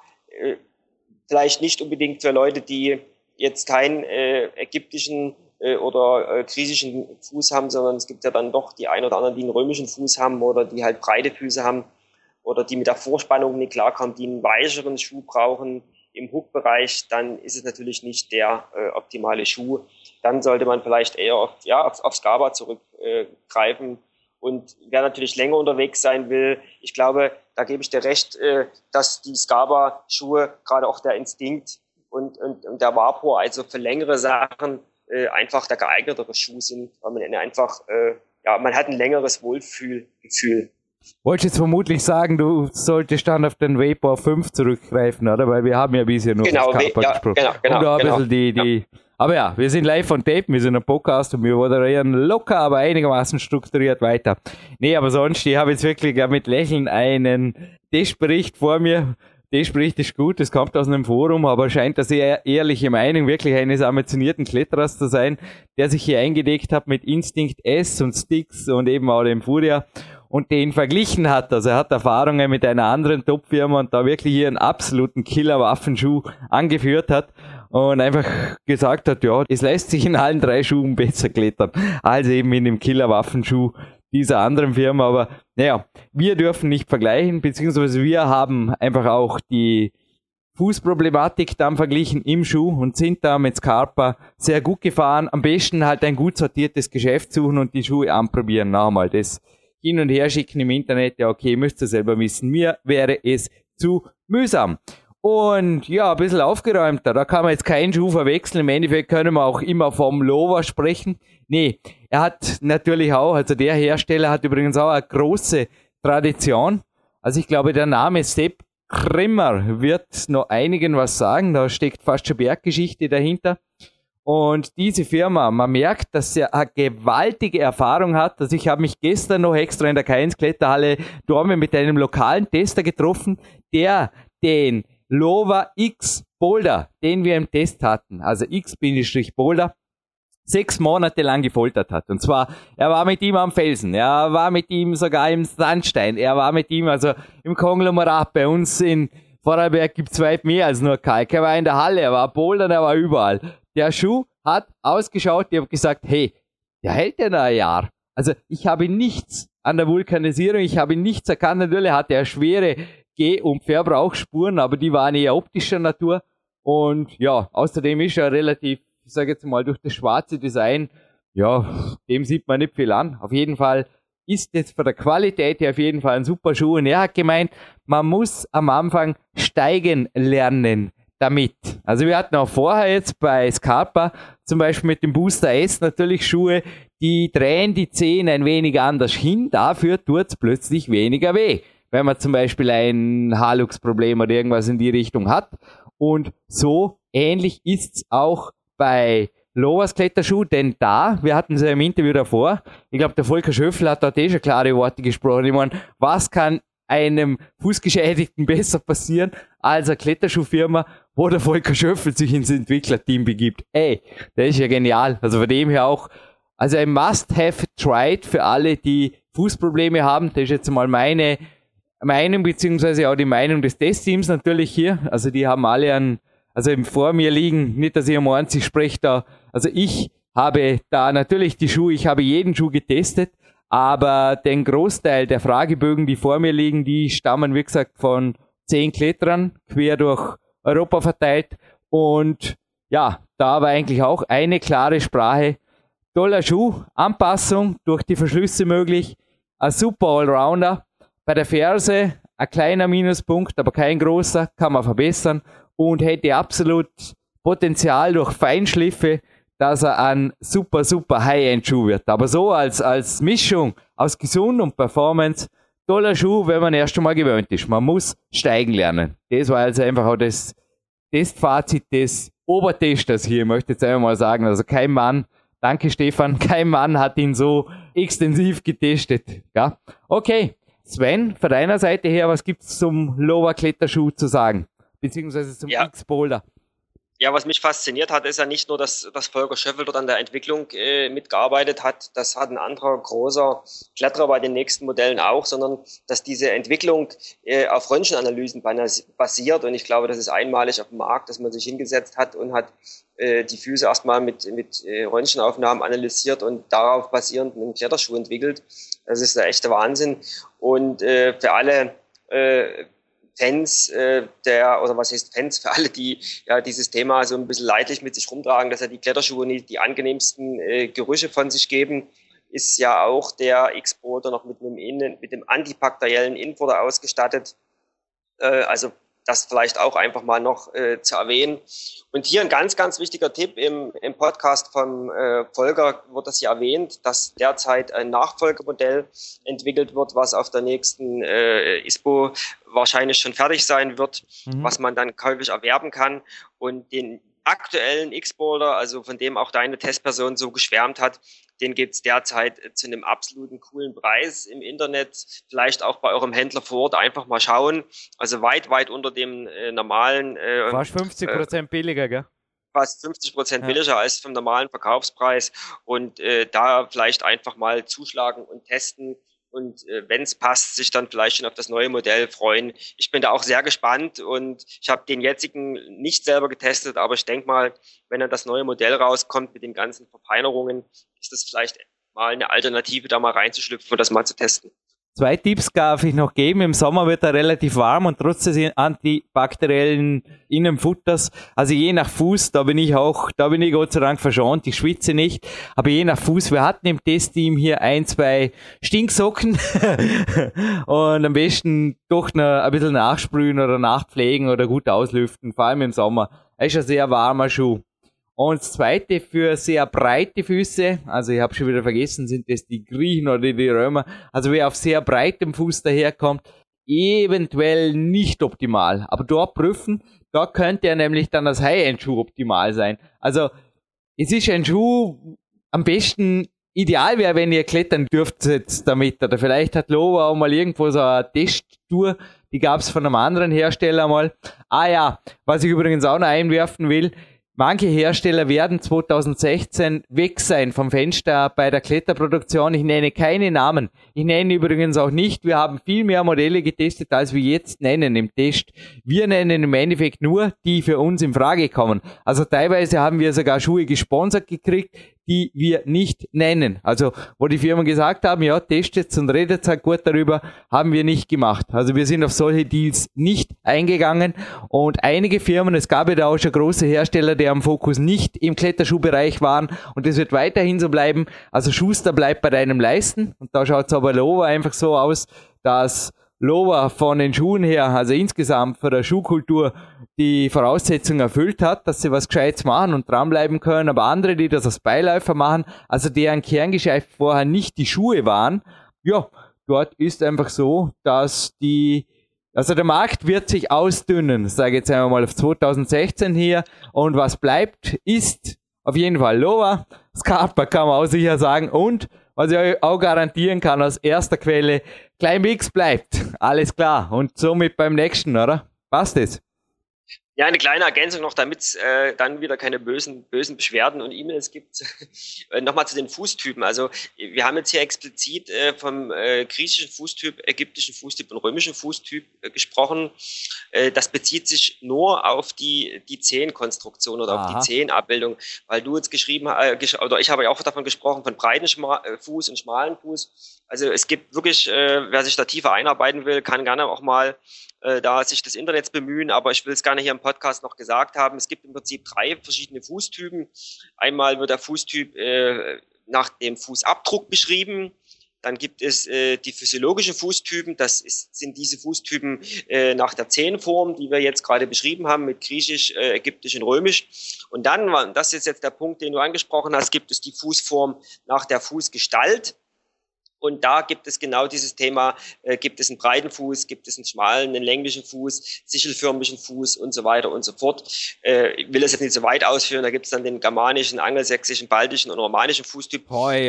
vielleicht nicht unbedingt für Leute, die jetzt keinen ägyptischen oder griechischen Fuß haben, sondern es gibt ja dann doch die ein oder anderen, die einen römischen Fuß haben oder die halt breite Füße haben oder die mit der Vorspannung nicht klarkommen, die einen weicheren Schuh brauchen im Hook-Bereich, dann ist es natürlich nicht der optimale Schuh. Dann sollte man vielleicht eher auf Scarpa zurückgreifen. Und wer natürlich länger unterwegs sein will, ich glaube, da gebe ich dir recht, dass die Scarpa-Schuhe, gerade auch der Instinct und der Vapor, also für längere Sachen einfach der geeignetere Schuh sind, weil man einfach, man hat ein längeres Wohlfühlgefühl.
Wolltest jetzt vermutlich sagen, du solltest dann auf den Vapor 5 zurückgreifen, oder? Weil wir haben ja bisher nur
Scarpa
gesprochen. Genau, und auch ein bisschen Aber ja, wir sind live von Tape, wir sind ein Podcast und wir moderieren locker, aber einigermaßen strukturiert weiter. Nee, aber sonst, ich habe jetzt wirklich mit Lächeln einen Testbericht vor mir. Testbericht ist gut, das kommt aus einem Forum, aber scheint eine sehr ehrliche Meinung wirklich eines ambitionierten Kletterers zu sein, der sich hier eingedeckt hat mit Instinct S und Stix und eben auch dem Furia und den verglichen hat. Also er hat Erfahrungen mit einer anderen Top-Firma und da wirklich hier einen absoluten Killer-Waffenschuh angeführt hat und einfach gesagt hat, ja, es lässt sich in allen 3 Schuhen besser klettern als eben in dem Killer-Waffenschuh dieser anderen Firma. Aber naja, wir dürfen nicht vergleichen, beziehungsweise wir haben einfach auch die Fußproblematik dann verglichen im Schuh und sind da mit Scarpa sehr gut gefahren. Am besten halt ein gut sortiertes Geschäft suchen und die Schuhe anprobieren. Nochmal, das hin und her schicken im Internet, ja okay, müsst ihr selber wissen. Mir wäre es zu mühsam. Und ja, ein bisschen aufgeräumter. Da kann man jetzt keinen Schuh verwechseln. Im Endeffekt können wir auch immer vom Lova sprechen. Nee, er hat natürlich auch, also der Hersteller hat übrigens auch eine große Tradition. Also ich glaube, der Name Sepp Krimmer wird noch einigen was sagen. Da steckt fast schon Berggeschichte dahinter. Und diese Firma, man merkt, dass sie eine gewaltige Erfahrung hat. Also ich habe mich gestern noch extra in der K1 Kletterhalle Dorme mit einem lokalen Tester getroffen, der den Lova X Boulder, den wir im Test hatten, also X-Boulder, 6 Monate lang gefoltert hat. Und zwar, er war mit ihm am Felsen, er war mit ihm sogar im Sandstein, er war mit ihm also im Konglomerat. Bei uns in Vorarlberg gibt es weit mehr als nur Kalk. Er war in der Halle, er war Bouldern, er war überall. Der Schuh hat ausgeschaut, ich habe gesagt, hey, der hält ja noch ein Jahr. Also ich habe nichts an der Vulkanisierung, ich habe nichts erkannt. Natürlich hatte er schwere Geh- und Verbrauchsspuren, aber die waren eher optischer Natur. Und ja, außerdem ist er relativ, ich sage jetzt mal, durch das schwarze Design, ja, dem sieht man nicht viel an. Auf jeden Fall ist jetzt von der Qualität her auf jeden Fall ein super Schuh. Und er hat gemeint, man muss am Anfang steigen lernen damit. Also wir hatten auch vorher jetzt bei Scarpa zum Beispiel mit dem Booster S natürlich Schuhe, die drehen die Zehen ein wenig anders hin, dafür tut's plötzlich weniger weh, wenn man zum Beispiel ein Halux-Problem oder irgendwas in die Richtung hat. Und so ähnlich ist's auch bei Lovas Kletterschuh, denn da, wir hatten es ja im Interview davor, ich glaube der Volker Schöffel hat dort schon klare Worte gesprochen. Ich meine, was kann einem Fußgeschädigten besser passieren als eine Kletterschuhfirma, wo der Volker Schöffel sich ins Entwicklerteam begibt. Ey, der ist ja genial. Also von dem her auch, also ein Must-Have tried für alle, die Fußprobleme haben. Das ist jetzt mal meine Meinung, beziehungsweise auch die Meinung des Testteams natürlich hier. Also die haben alle also vor mir liegen, nicht, dass ich am einzig spreche da. Also ich habe da natürlich die Schuhe, ich habe jeden Schuh getestet, aber den Großteil der Fragebögen, die vor mir liegen, die stammen, wie gesagt, von 10 Kletterern, quer durch Europa verteilt. Und ja, da war eigentlich auch eine klare Sprache. Toller Schuh, Anpassung durch die Verschlüsse möglich, ein super Allrounder. Bei der Ferse ein kleiner Minuspunkt, aber kein großer, kann man verbessern und hätte absolut Potenzial durch Feinschliffe, dass er ein super, super High-End-Schuh wird. Aber so als Mischung aus gesund und Performance, toller Schuh, wenn man erst einmal gewöhnt ist. Man muss steigen lernen. Das war also einfach auch das Testfazit des Obertesters hier, ich möchte jetzt einfach mal sagen. Also kein Mann, danke Stefan, kein Mann hat ihn so extensiv getestet. Ja? Okay, Sven, von deiner Seite her, was gibt's zum Lova Kletterschuh zu sagen? Beziehungsweise zum X-Boulder?
Ja, was mich fasziniert hat, ist ja nicht nur, dass Volker Schöffel dort an der Entwicklung mitgearbeitet hat. Das hat ein anderer großer Kletterer bei den nächsten Modellen auch, sondern dass diese Entwicklung auf Röntgenanalysen basiert. Und ich glaube, das ist einmalig auf dem Markt, dass man sich hingesetzt hat und hat die Füße erstmal mit Röntgenaufnahmen analysiert und darauf basierend einen Kletterschuh entwickelt. Das ist der echte Wahnsinn. Und für alle Fans oder was heißt Fans, für alle, die ja dieses Thema so ein bisschen leidlich mit sich rumtragen, dass ja die Kletterschuhe nicht die angenehmsten Gerüche von sich geben, ist ja auch der X-Boulder noch mit dem antibakteriellen Innenfutter ausgestattet. Also das vielleicht auch einfach mal noch zu erwähnen. Und hier ein ganz, ganz wichtiger Tipp im Podcast vom Volker wird das hier erwähnt, dass derzeit ein Nachfolgemodell entwickelt wird, was auf der nächsten ISPO wahrscheinlich schon fertig sein wird, was man dann käuflich erwerben kann. Und den aktuellen X-Boulder, also von dem auch deine Testperson so geschwärmt hat, den gibt's derzeit zu einem absoluten coolen Preis im Internet. Vielleicht auch bei eurem Händler vor Ort einfach mal schauen. Also weit, weit unter dem normalen.
Fast 50% billiger, gell?
Fast 50% billiger als vom normalen Verkaufspreis. Und da vielleicht einfach mal zuschlagen und testen. Und wenn es passt, sich dann vielleicht schon auf das neue Modell freuen. Ich bin da auch sehr gespannt und ich habe den jetzigen nicht selber getestet, aber ich denke mal, wenn dann das neue Modell rauskommt mit den ganzen Verfeinerungen, ist das vielleicht mal eine Alternative, da mal reinzuschlüpfen und das mal zu testen.
2 Tipps darf ich noch geben. Im Sommer wird er relativ warm und trotz des antibakteriellen Innenfutters, also je nach Fuß, da bin ich Gott sei Dank verschont, ich schwitze nicht, aber je nach Fuß, wir hatten im Testteam hier 1, 2 Stinksocken und am besten doch noch ein bisschen nachsprühen oder nachpflegen oder gut auslüften, vor allem im Sommer. Er ist ein sehr warmer Schuh. Und das zweite für sehr breite Füße, also ich habe schon wieder vergessen, sind das die Griechen oder die Römer, also wer auf sehr breitem Fuß daherkommt, eventuell nicht optimal. Aber dort prüfen, da könnte ja nämlich dann das High-End-Schuh optimal sein. Also es ist ein Schuh, am besten ideal wäre, wenn ihr klettern dürft jetzt damit. Oder vielleicht hat Lova auch mal irgendwo so eine Testtour, die gab es von einem anderen Hersteller mal. Ah ja, was ich übrigens auch noch einwerfen will, manche Hersteller werden 2016 weg sein vom Fenster bei der Kletterproduktion. Ich nenne keine Namen. Ich nenne übrigens auch nicht, wir haben viel mehr Modelle getestet, als wir jetzt nennen im Test. Wir nennen im Endeffekt nur, die für uns in Frage kommen. Also teilweise haben wir sogar Schuhe gesponsert gekriegt, die wir nicht nennen. Also wo die Firmen gesagt haben, ja, testet und redet halt gut darüber, haben wir nicht gemacht. Also wir sind auf solche Deals nicht eingegangen und einige Firmen, es gab ja da auch schon große Hersteller, die am Fokus nicht im Kletterschuhbereich waren und das wird weiterhin so bleiben. Also Schuster bleibt bei deinem Leisten und da schaut es aber Lova einfach so aus, dass Lova von den Schuhen her, also insgesamt für der Schuhkultur, die Voraussetzungen erfüllt hat, dass sie was Gescheites machen und dranbleiben können, aber andere, die das als Beiläufer machen, also deren Kerngeschäft vorher nicht die Schuhe waren, ja, dort ist einfach so, dass also der Markt wird sich ausdünnen, sage ich jetzt einmal auf 2016 hier, und was bleibt, ist auf jeden Fall Lova, Scarpa kann man auch sicher sagen, und was ich euch auch garantieren kann aus erster Quelle, Climb X bleibt. Alles klar. Und somit beim nächsten, oder? Passt das?
Ja, eine kleine Ergänzung noch, damit es dann wieder keine bösen Beschwerden und E-Mails gibt. Nochmal zu den Fußtypen. Also wir haben jetzt hier explizit vom griechischen Fußtyp, ägyptischen Fußtyp und römischen Fußtyp gesprochen. Das bezieht sich nur auf die Zehenkonstruktion oder auf die Zehenabbildung, weil du jetzt geschrieben hast, oder ich habe ja auch davon gesprochen, von breiten Fuß und schmalen Fuß. Also es gibt wirklich, wer sich da tiefer einarbeiten will, kann gerne auch mal da sich des Internets bemühen, aber ich will es gerne hier im Podcast noch gesagt haben. Es gibt im Prinzip 3 verschiedene Fußtypen. Einmal wird der Fußtyp nach dem Fußabdruck beschrieben. Dann gibt es die physiologischen Fußtypen. Sind diese Fußtypen nach der Zehenform, die wir jetzt gerade beschrieben haben, mit Griechisch, Ägyptisch und Römisch. Und dann, das ist jetzt der Punkt, den du angesprochen hast, gibt es die Fußform nach der Fußgestalt. Und da gibt es genau dieses Thema, gibt es einen breiten Fuß, gibt es einen schmalen, einen länglichen Fuß, sichelförmigen Fuß und so weiter und so fort. Ich will das jetzt nicht so weit ausführen, da gibt es dann den germanischen, angelsächsischen, baltischen und romanischen Fußtyp.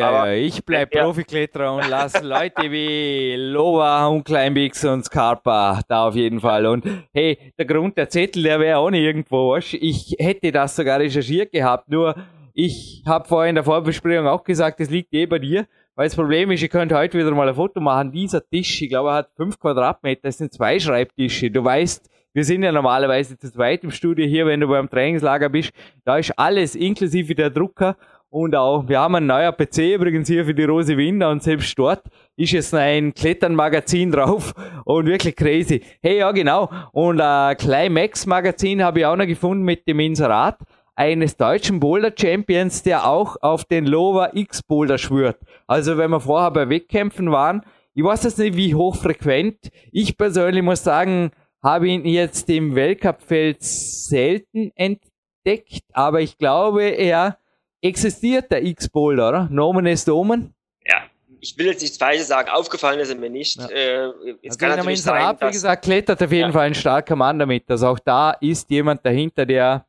Ich bleib Profikletterer und lass Leute wie Lova und Climb X und Scarpa da auf jeden Fall. Und hey, der Grund, der Zettel, der wäre auch nicht irgendwo. Ich hätte das sogar recherchiert gehabt, nur ich habe vorhin in der Vorbesprechung auch gesagt, es liegt bei dir. Weil das Problem ist, ihr könnt heute wieder mal ein Foto machen. Dieser Tisch, ich glaube, er hat 5 Quadratmeter. Das sind 2 Schreibtische. Du weißt, wir sind ja normalerweise zu zweit im Studio hier, wenn du beim Trainingslager bist. Da ist alles, inklusive der Drucker. Und auch, wir haben einen neuen PC übrigens hier für die Rose Wiener und selbst dort ist jetzt ein Klettern-Magazin drauf und wirklich crazy. Hey, ja genau. Und ein Climax-Magazin habe ich auch noch gefunden mit dem Inserat eines deutschen Boulder-Champions, der auch auf den Lova X-Boulder schwört. Also wenn wir vorher bei Wettkämpfen waren, ich weiß jetzt nicht, wie hochfrequent. Ich persönlich muss sagen, habe ihn jetzt im Weltcup-Feld selten entdeckt, aber ich glaube, er existiert, der X-Boulder, oder? Nomen ist Omen.
Ja, ich will jetzt nichts Falsches sagen, aufgefallen ist er mir nicht.
Ja.
Es kann natürlich sein,
wie gesagt, klettert auf jeden Fall ein starker Mann damit. Also auch da ist jemand dahinter, der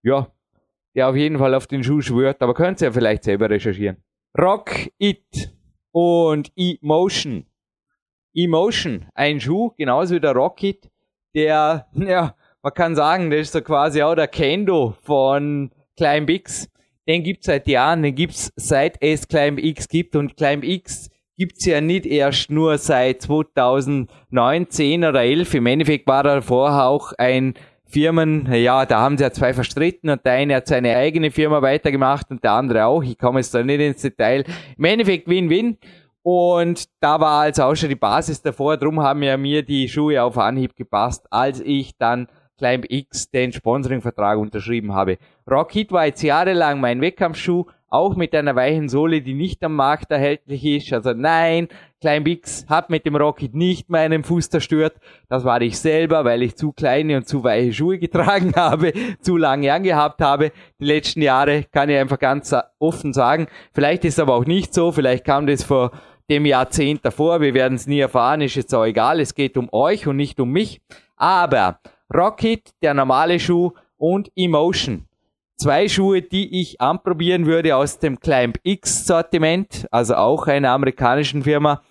auf jeden Fall auf den Schuh schwört, aber könnt ihr ja vielleicht selber recherchieren. Rock It und Emotion. Emotion, ein Schuh, genauso wie der Rock It, der, ja, man kann sagen, das ist so quasi auch der Kendo von Climb X. Den gibt's seit Jahren, den gibt's seit es Climb X gibt, und Climb X gibt's ja nicht erst nur seit 2009, 10 oder 11. Im Endeffekt war da vorher auch ein Firmen, ja, da haben sie ja 2 verstritten und der eine hat seine eigene Firma weitergemacht und der andere auch. Ich komme jetzt da nicht ins Detail. Im Endeffekt Win-Win. Und da war also auch schon die Basis davor, drum haben ja mir die Schuhe auf Anhieb gepasst, als ich dann Climb X den Sponsoring-Vertrag unterschrieben habe. Rockit war jetzt jahrelang mein Wettkampfschuh, auch mit einer weichen Sohle, die nicht am Markt erhältlich ist. Also nein, Climb X hat mit dem Rockit nicht meinen Fuß zerstört. Das war ich selber, weil ich zu kleine und zu weiche Schuhe getragen habe, zu lange angehabt habe. Die letzten Jahre kann ich einfach ganz offen sagen. Vielleicht ist es aber auch nicht so, vielleicht kam das vor dem Jahrzehnt davor. Wir werden es nie erfahren, ist jetzt auch egal. Es geht um euch und nicht um mich. Aber Rockit, der normale Schuh, und Emotion. 2 Schuhe, die ich anprobieren würde aus dem Climb X Sortiment, also auch einer amerikanischen Firma.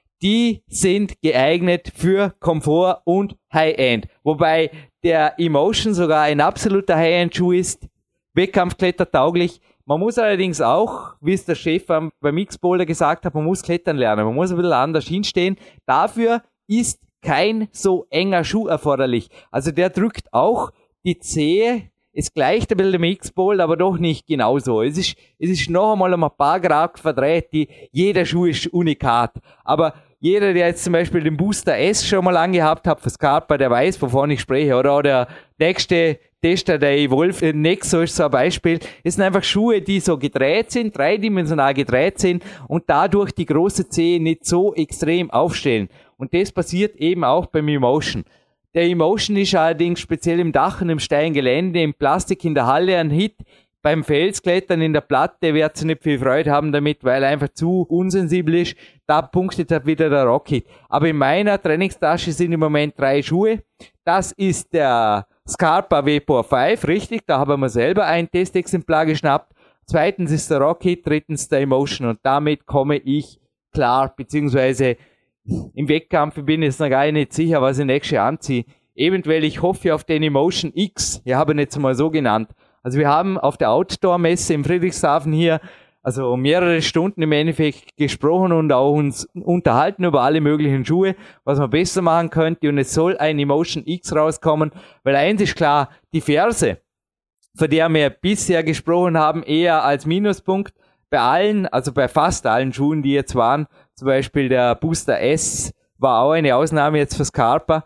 Die sind geeignet für Komfort und High-End. Wobei der Emotion sogar ein absoluter High-End-Schuh ist, wettkampfklettertauglich. Man muss allerdings auch, wie es der Chef beim X-Boulder gesagt hat, man muss klettern lernen. Man muss ein bisschen anders hinstehen. Dafür ist kein so enger Schuh erforderlich. Also der drückt auch die Zehe, es gleicht ein bisschen dem X-Boulder, aber doch nicht genauso. Es ist noch einmal ein paar Grad verdreht. Jeder Schuh ist unikat. Aber jeder, der jetzt zum Beispiel den Booster S schon mal angehabt hat für Scarpa, der weiß, wovon ich spreche. Oder der nächste Tester, der Evolve Nexo ist so ein Beispiel. Es sind einfach Schuhe, die so gedreht sind, dreidimensional gedreht sind und dadurch die große Zehe nicht so extrem aufstellen. Und das passiert eben auch beim Emotion. Der Emotion ist allerdings speziell im Dach und im steilen Gelände, im Plastik in der Halle ein Hit. Beim Felsklettern in der Platte wird sie nicht viel Freude haben damit, weil er einfach zu unsensibel ist. Da punktet halt wieder der Rockit. Aber in meiner Trainingstasche sind im Moment 3 Schuhe. Das ist der Scarpa Vapor 5, richtig, da haben wir selber ein Testexemplar geschnappt. Zweitens ist der Rockit, drittens der Emotion und damit komme ich klar, beziehungsweise im Wettkampf bin ich jetzt noch gar nicht sicher, was ich nächstes Jahr anziehe. Eventuell, ich hoffe auf den Emotion X, ich habe ihn jetzt mal so genannt. Also wir haben auf der Outdoor-Messe in Friedrichshafen hier also mehrere Stunden im Endeffekt gesprochen und auch uns unterhalten über alle möglichen Schuhe, was man besser machen könnte, und es soll ein Emotion X rauskommen, weil eins ist klar, die Ferse, von der wir bisher gesprochen haben, eher als Minuspunkt bei allen, also bei fast allen Schuhen, die jetzt waren, zum Beispiel der Booster S war auch eine Ausnahme jetzt für Scarpa,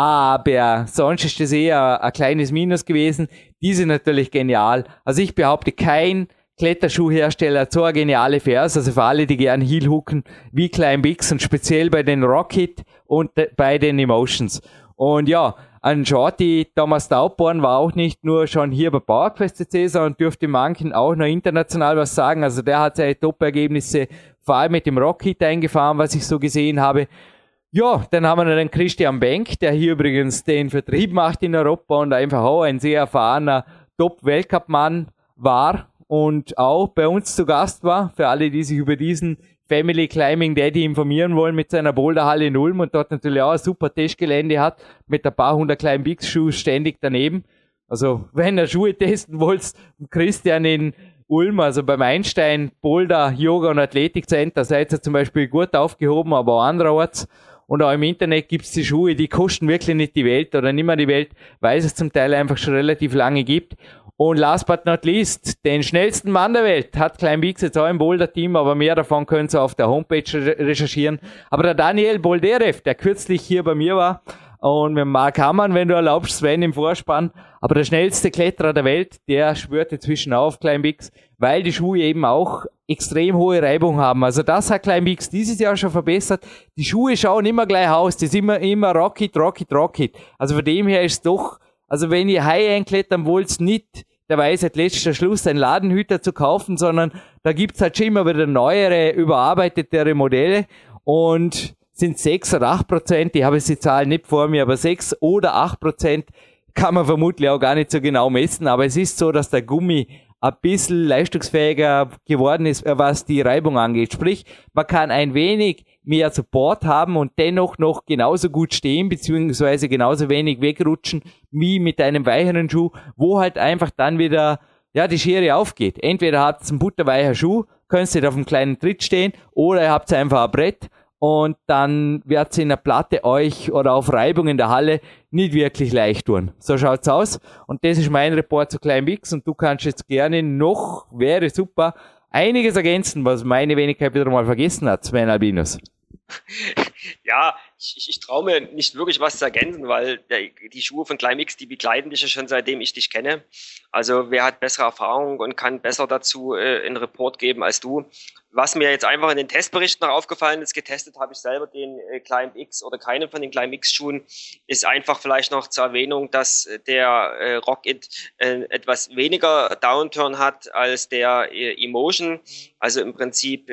aber sonst ist das eher ein kleines Minus gewesen. Die sind natürlich genial. Also ich behaupte, kein Kletterschuhhersteller hat so eine geniale Ferse, also für alle, die gern Heel hooken, wie Climb X und speziell bei den Rockit und bei den Emotions. Und ja, ein Shorty, Thomas Taubborn, war auch nicht nur schon hier bei PowerQuest CC, sondern dürfte manchen auch noch international was sagen. Also der hat seine Top-Ergebnisse vor allem mit dem Rockit eingefahren, was ich so gesehen habe. Ja, dann haben wir noch den Christian Benk, der hier übrigens den Vertrieb macht in Europa und einfach auch ein sehr erfahrener Top-Weltcup-Mann war und auch bei uns zu Gast war, für alle, die sich über diesen Family Climbing Daddy informieren wollen, mit seiner Boulderhalle in Ulm und dort natürlich auch ein super Testgelände hat, mit ein paar 100 Climb X Schuhe ständig daneben. Also, wenn ihr Schuhe testen wollt, Christian in Ulm, also beim Einstein Boulder Yoga und Athletik Center, seid ihr zum Beispiel gut aufgehoben, aber auch anderorts. Und auch im Internet gibt's die Schuhe, die kosten wirklich nicht die Welt oder nicht mehr die Welt, weil es zum Teil einfach schon relativ lange gibt. Und last but not least, den schnellsten Mann der Welt hat Climb X jetzt auch im Boulder-Team, aber mehr davon könnt ihr auf der Homepage recherchieren. Aber der Daniel Bolderev, der kürzlich hier bei mir war, und mit Mark Hammann, wenn du erlaubst, Sven im Vorspann, aber der schnellste Kletterer der Welt, der schwört inzwischen auf Climb X, weil die Schuhe eben auch extrem hohe Reibung haben. Also das hat Climb X dieses Jahr schon verbessert. Die Schuhe schauen immer gleich aus, die sind immer Rockit. Also von dem her ist es doch, also wenn ihr High-End klettern wollt, nicht der Weisheit letzter Schluss, ein Ladenhüter zu kaufen, sondern da gibt's halt schon immer wieder neuere, überarbeitetere Modelle und sind 6 oder 8%, ich habe jetzt die Zahlen nicht vor mir, aber 6 oder 8% kann man vermutlich auch gar nicht so genau messen, aber es ist so, dass der Gummi ein bisschen leistungsfähiger geworden ist, was die Reibung angeht. Sprich, man kann ein wenig mehr Support haben und dennoch noch genauso gut stehen, beziehungsweise genauso wenig wegrutschen, wie mit einem weicheren Schuh, wo halt einfach dann wieder, ja, die Schere aufgeht. Entweder habt ihr einen butterweicher Schuh, könnt ihr auf einem kleinen Tritt stehen, oder ihr habt einfach ein Brett, und dann wird in der Platte euch oder auf Reibung in der Halle nicht wirklich leicht tun. So schaut's aus. Und das ist mein Report zu Climb X. Und du kannst jetzt gerne noch, wäre super, einiges ergänzen, was meine Wenigkeit wieder mal vergessen hat, Sven Albinus.
Ja, ich traue mir nicht wirklich was zu ergänzen, weil die Schuhe von Climb X, die begleiten dich ja schon seitdem ich dich kenne. Also wer hat bessere Erfahrung und kann besser dazu einen Report geben als du. Was mir jetzt einfach in den Testberichten noch aufgefallen ist, getestet habe ich selber den Climb X oder keinen von den Climb X Schuhen, ist einfach vielleicht noch zur Erwähnung, dass der Rocket etwas weniger Downturn hat als der Emotion. Also im Prinzip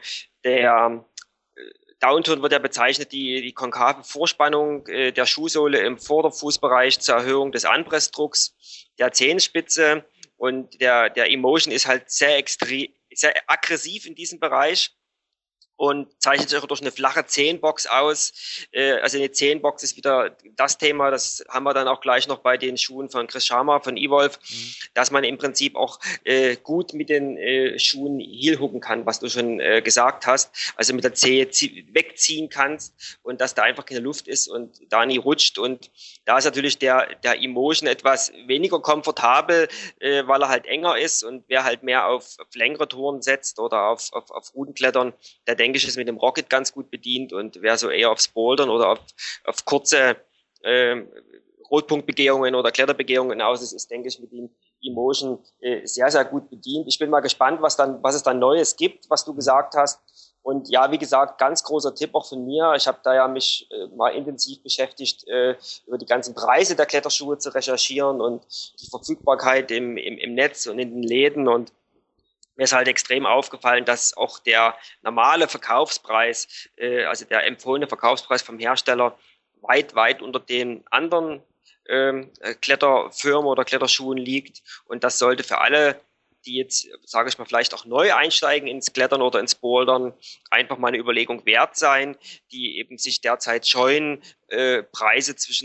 der Downturn wird ja bezeichnet, die konkave Vorspannung der Schuhsohle im Vorderfußbereich zur Erhöhung des Anpressdrucks der Zehenspitze, und der Emotion ist halt sehr aggressiv in diesem Bereich und zeichnet sich auch durch eine flache Zehenbox aus. Also eine Zehenbox ist wieder das Thema, das haben wir dann auch gleich noch bei den Schuhen von Chris Sharma, von Evolve, dass man im Prinzip auch gut mit den Schuhen Heel-hooken kann, was du schon gesagt hast. Also mit der Zehe wegziehen kannst und dass da einfach keine Luft ist und da nie rutscht. Und da ist natürlich der Emotion etwas weniger komfortabel, weil er halt enger ist, und wer halt mehr auf längere Touren setzt oder auf Routenklettern, der denke ich, ist mit dem Rocket ganz gut bedient, und wer so eher aufs Bouldern oder auf kurze Rotpunktbegehungen oder Kletterbegehungen aus ist, denke ich, mit dem Emotion sehr, sehr gut bedient. Ich bin mal gespannt, was es dann Neues gibt, was du gesagt hast. Und ja, wie gesagt, ganz großer Tipp auch von mir. Ich habe da ja mich mal intensiv beschäftigt, über die ganzen Preise der Kletterschuhe zu recherchieren und die Verfügbarkeit im Netz und in den Läden, und mir ist halt extrem aufgefallen, dass auch der normale Verkaufspreis, also der empfohlene Verkaufspreis vom Hersteller, weit, weit unter den anderen Kletterfirmen oder Kletterschuhen liegt. Und das sollte für alle, die jetzt, sage ich mal, vielleicht auch neu einsteigen ins Klettern oder ins Bouldern, einfach mal eine Überlegung wert sein, die eben sich derzeit scheuen, Preise zwischen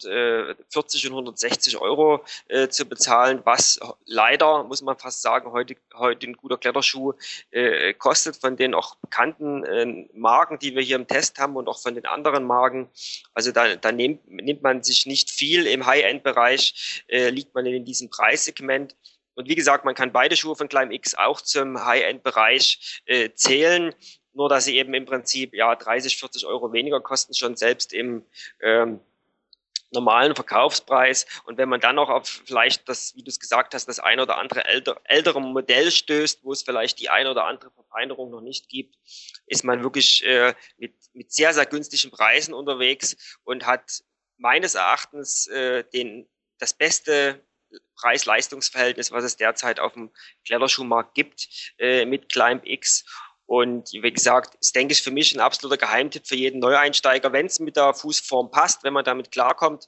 140 und 160 Euro zu bezahlen, was leider, muss man fast sagen, heute ein guter Kletterschuh kostet, von den auch bekannten Marken, die wir hier im Test haben, und auch von den anderen Marken. Also da nimmt man sich nicht viel. Im High-End-Bereich liegt man in diesem Preissegment. Und wie gesagt, man kann beide Schuhe von Climb X auch zum High-End-Bereich zählen, nur dass sie eben im Prinzip 30, 40 Euro weniger kosten, schon selbst im normalen Verkaufspreis. Und wenn man dann noch auf vielleicht das, wie du es gesagt hast, das ein oder andere ältere Modell stößt, wo es vielleicht die eine oder andere Verfeinerung noch nicht gibt, ist man wirklich mit sehr, sehr günstigen Preisen unterwegs und hat meines Erachtens das beste Preis-Leistungs-Verhältnis, was es derzeit auf dem Kletterschuhmarkt gibt, mit Climb X. Und wie gesagt, ist, denke ich, für mich ein absoluter Geheimtipp für jeden Neueinsteiger, wenn es mit der Fußform passt, wenn man damit klarkommt.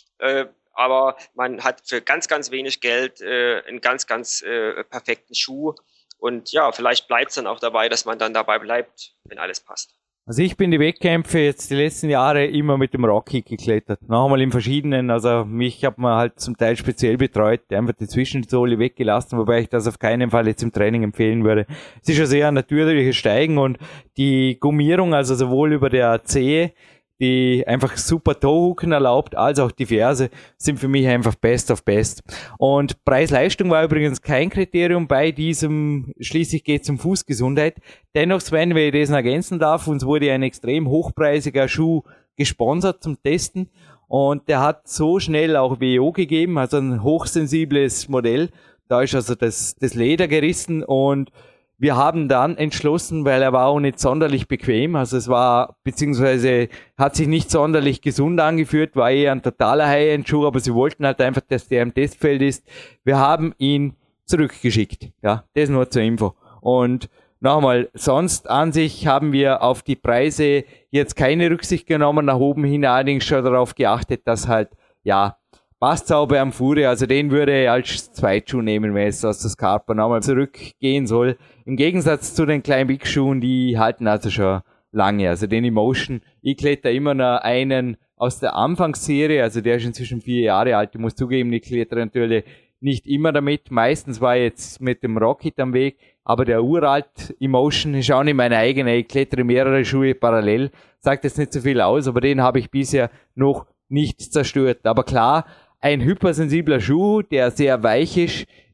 Aber man hat für ganz, ganz wenig Geld einen ganz, ganz perfekten Schuh. Und ja, vielleicht bleibt es dann auch dabei, dass man dann dabei bleibt, wenn alles passt.
Also ich bin die Wettkämpfe jetzt die letzten Jahre immer mit dem Rockkick geklettert. Noch einmal in verschiedenen, also mich hat man halt zum Teil speziell betreut, einfach die Zwischensohle weggelassen, wobei ich das auf keinen Fall jetzt im Training empfehlen würde. Es ist ja sehr ein natürliches Steigen, und die Gummierung, also sowohl über der Zehe, die einfach super Toehooken erlaubt, als auch die Ferse, sind für mich einfach best of best. Und Preis-Leistung war übrigens kein Kriterium bei diesem, schließlich geht es um Fußgesundheit. Dennoch, Sven, wenn ich das noch ergänzen darf, uns wurde ein extrem hochpreisiger Schuh gesponsert zum Testen, und der hat so schnell auch WO gegeben, also ein hochsensibles Modell. Da ist also das Leder gerissen, und wir haben dann entschlossen, weil er war auch nicht sonderlich bequem, also es war, beziehungsweise hat sich nicht sonderlich gesund angefühlt, war eher ein totaler High-End-Schuh, aber sie wollten halt einfach, dass der im Testfeld ist. Wir haben ihn zurückgeschickt, ja, das nur zur Info. Und nochmal, sonst an sich haben wir auf die Preise jetzt keine Rücksicht genommen, nach oben hin allerdings schon darauf geachtet, dass halt, ja, Bastzauber am Fuhre, also den würde ich als Zweitschuh nehmen, wenn es aus der Scarpa nochmal zurückgehen soll. Im Gegensatz zu den Climb X Schuhen, die halten also schon lange. Also den Emotion, ich kletter immer noch einen aus der Anfangsserie, also der ist inzwischen 4 Jahre alt. Ich muss zugeben, ich klettere natürlich nicht immer damit. Meistens war ich jetzt mit dem Rocket am Weg, aber der uralt Emotion ist auch nicht meine eigene. Ich klettere mehrere Schuhe parallel. Sagt jetzt nicht so viel aus, aber den habe ich bisher noch nicht zerstört. Aber klar, ein hypersensibler Schuh, der sehr weich ist,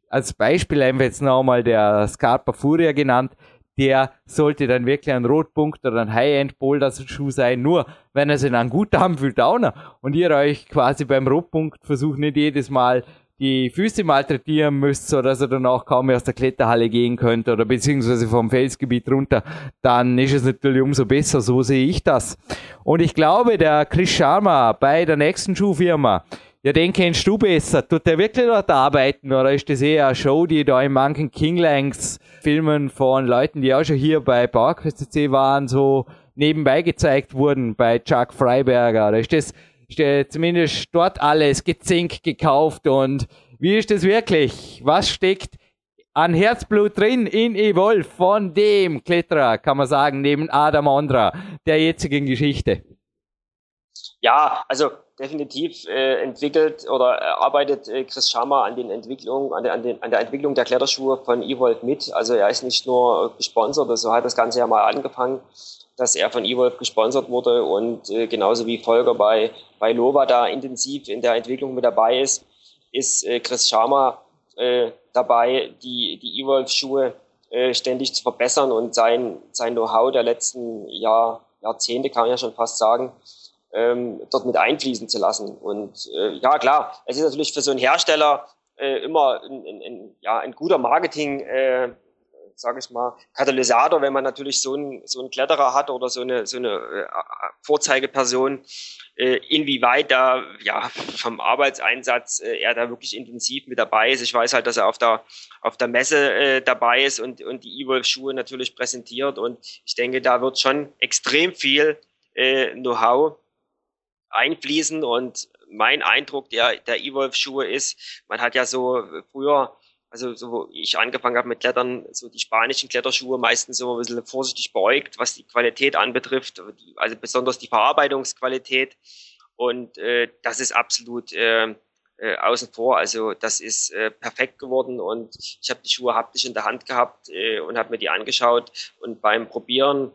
als Beispiel einfach jetzt nochmal der Scarpa Furia genannt, der sollte dann wirklich ein Rotpunkt oder ein High-End-Boulder-Schuh sein, nur wenn er sich dann gut anfühlt auch noch und ihr euch quasi beim Rotpunkt versucht nicht jedes Mal die Füße malträtieren müsst, sodass ihr dann auch kaum mehr aus der Kletterhalle gehen könnt oder beziehungsweise vom Felsgebiet runter, dann ist es natürlich umso besser, so sehe ich das. Und ich glaube, der Chris Sharma bei der nächsten Schuhfirma, ja, den kennst du besser. Tut der wirklich dort arbeiten oder ist das eher eine Show, die da in manchen Kinglangs Filmen von Leuten, die auch schon hier bei PowerQuest waren, so nebenbei gezeigt wurden bei Chuck Freiberger? Oder ist das zumindest dort alles gezinkt, gekauft und wie ist das wirklich? Was steckt an Herzblut drin in Evolve von dem Kletterer, kann man sagen, neben Adam Ondra, der jetzigen Geschichte?
Ja, also definitiv entwickelt oder arbeitet Chris Sharma an der Entwicklung der Kletterschuhe von Evolve mit. Also er ist nicht nur gesponsert, so hat das Ganze ja mal angefangen, dass er von Evolve gesponsert wurde und genauso wie Volker bei Lova da intensiv in der Entwicklung mit dabei ist Chris Sharma dabei, die Evolve-Schuhe ständig zu verbessern und sein Know-how der letzten Jahrzehnte, kann man ja schon fast sagen, dort mit einfließen zu lassen. Und ja, klar, es ist natürlich für so einen Hersteller immer ein guter Marketing, sage ich mal, Katalysator, wenn man natürlich so einen Kletterer hat oder so eine Vorzeigeperson, inwieweit da vom Arbeitseinsatz er da wirklich intensiv mit dabei ist. Ich weiß halt, dass er auf der Messe dabei ist und die Evolve-Schuhe natürlich präsentiert und ich denke, da wird schon extrem viel Know-how einfließen und mein Eindruck der Evolve-Schuhe ist, man hat ja so früher, also so wo ich angefangen habe mit Klettern, so die spanischen Kletterschuhe meistens so ein bisschen vorsichtig beäugt, was die Qualität anbetrifft, also besonders die Verarbeitungsqualität und das ist absolut außen vor, also das ist perfekt geworden und ich habe die Schuhe haptisch in der Hand gehabt und habe mir die angeschaut und beim Probieren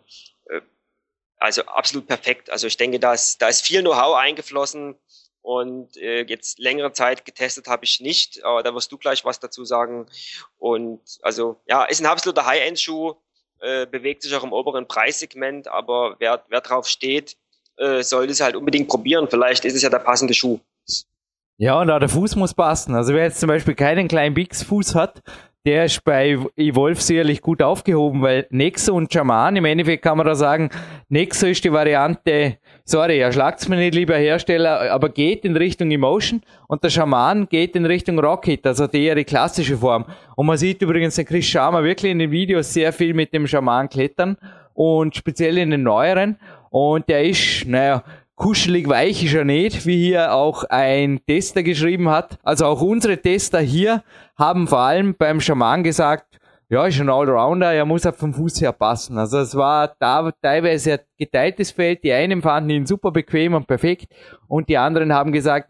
also absolut perfekt. Also ich denke, da ist viel Know-how eingeflossen und jetzt längere Zeit getestet habe ich nicht, aber da wirst du gleich was dazu sagen. Und also ja, ist ein absoluter High-End-Schuh, bewegt sich auch im oberen Preissegment, aber wer drauf steht, sollte es halt unbedingt probieren. Vielleicht ist es ja der passende Schuh.
Ja, und auch der Fuß muss passen. Also wer jetzt zum Beispiel keinen kleinen Bix-Fuß hat, der ist bei Evolve sicherlich gut aufgehoben, weil Nexo und Shaman, im Endeffekt kann man da sagen, Nexo ist die Variante, sorry, erschlagt's mir nicht, lieber Hersteller, aber geht in Richtung Emotion und der Shaman geht in Richtung Rocket, also die eher die klassische Form. Und man sieht übrigens den Chris Sharma wirklich in den Videos sehr viel mit dem Shaman klettern und speziell in den neueren und der ist, kuschelig weich ist er nicht, wie hier auch ein Tester geschrieben hat. Also auch unsere Tester hier haben vor allem beim Shaman gesagt, ja, ist ein Allrounder, er muss auch vom Fuß her passen. Also es war da teilweise ein geteiltes Feld. Die einen fanden ihn super bequem und perfekt und die anderen haben gesagt,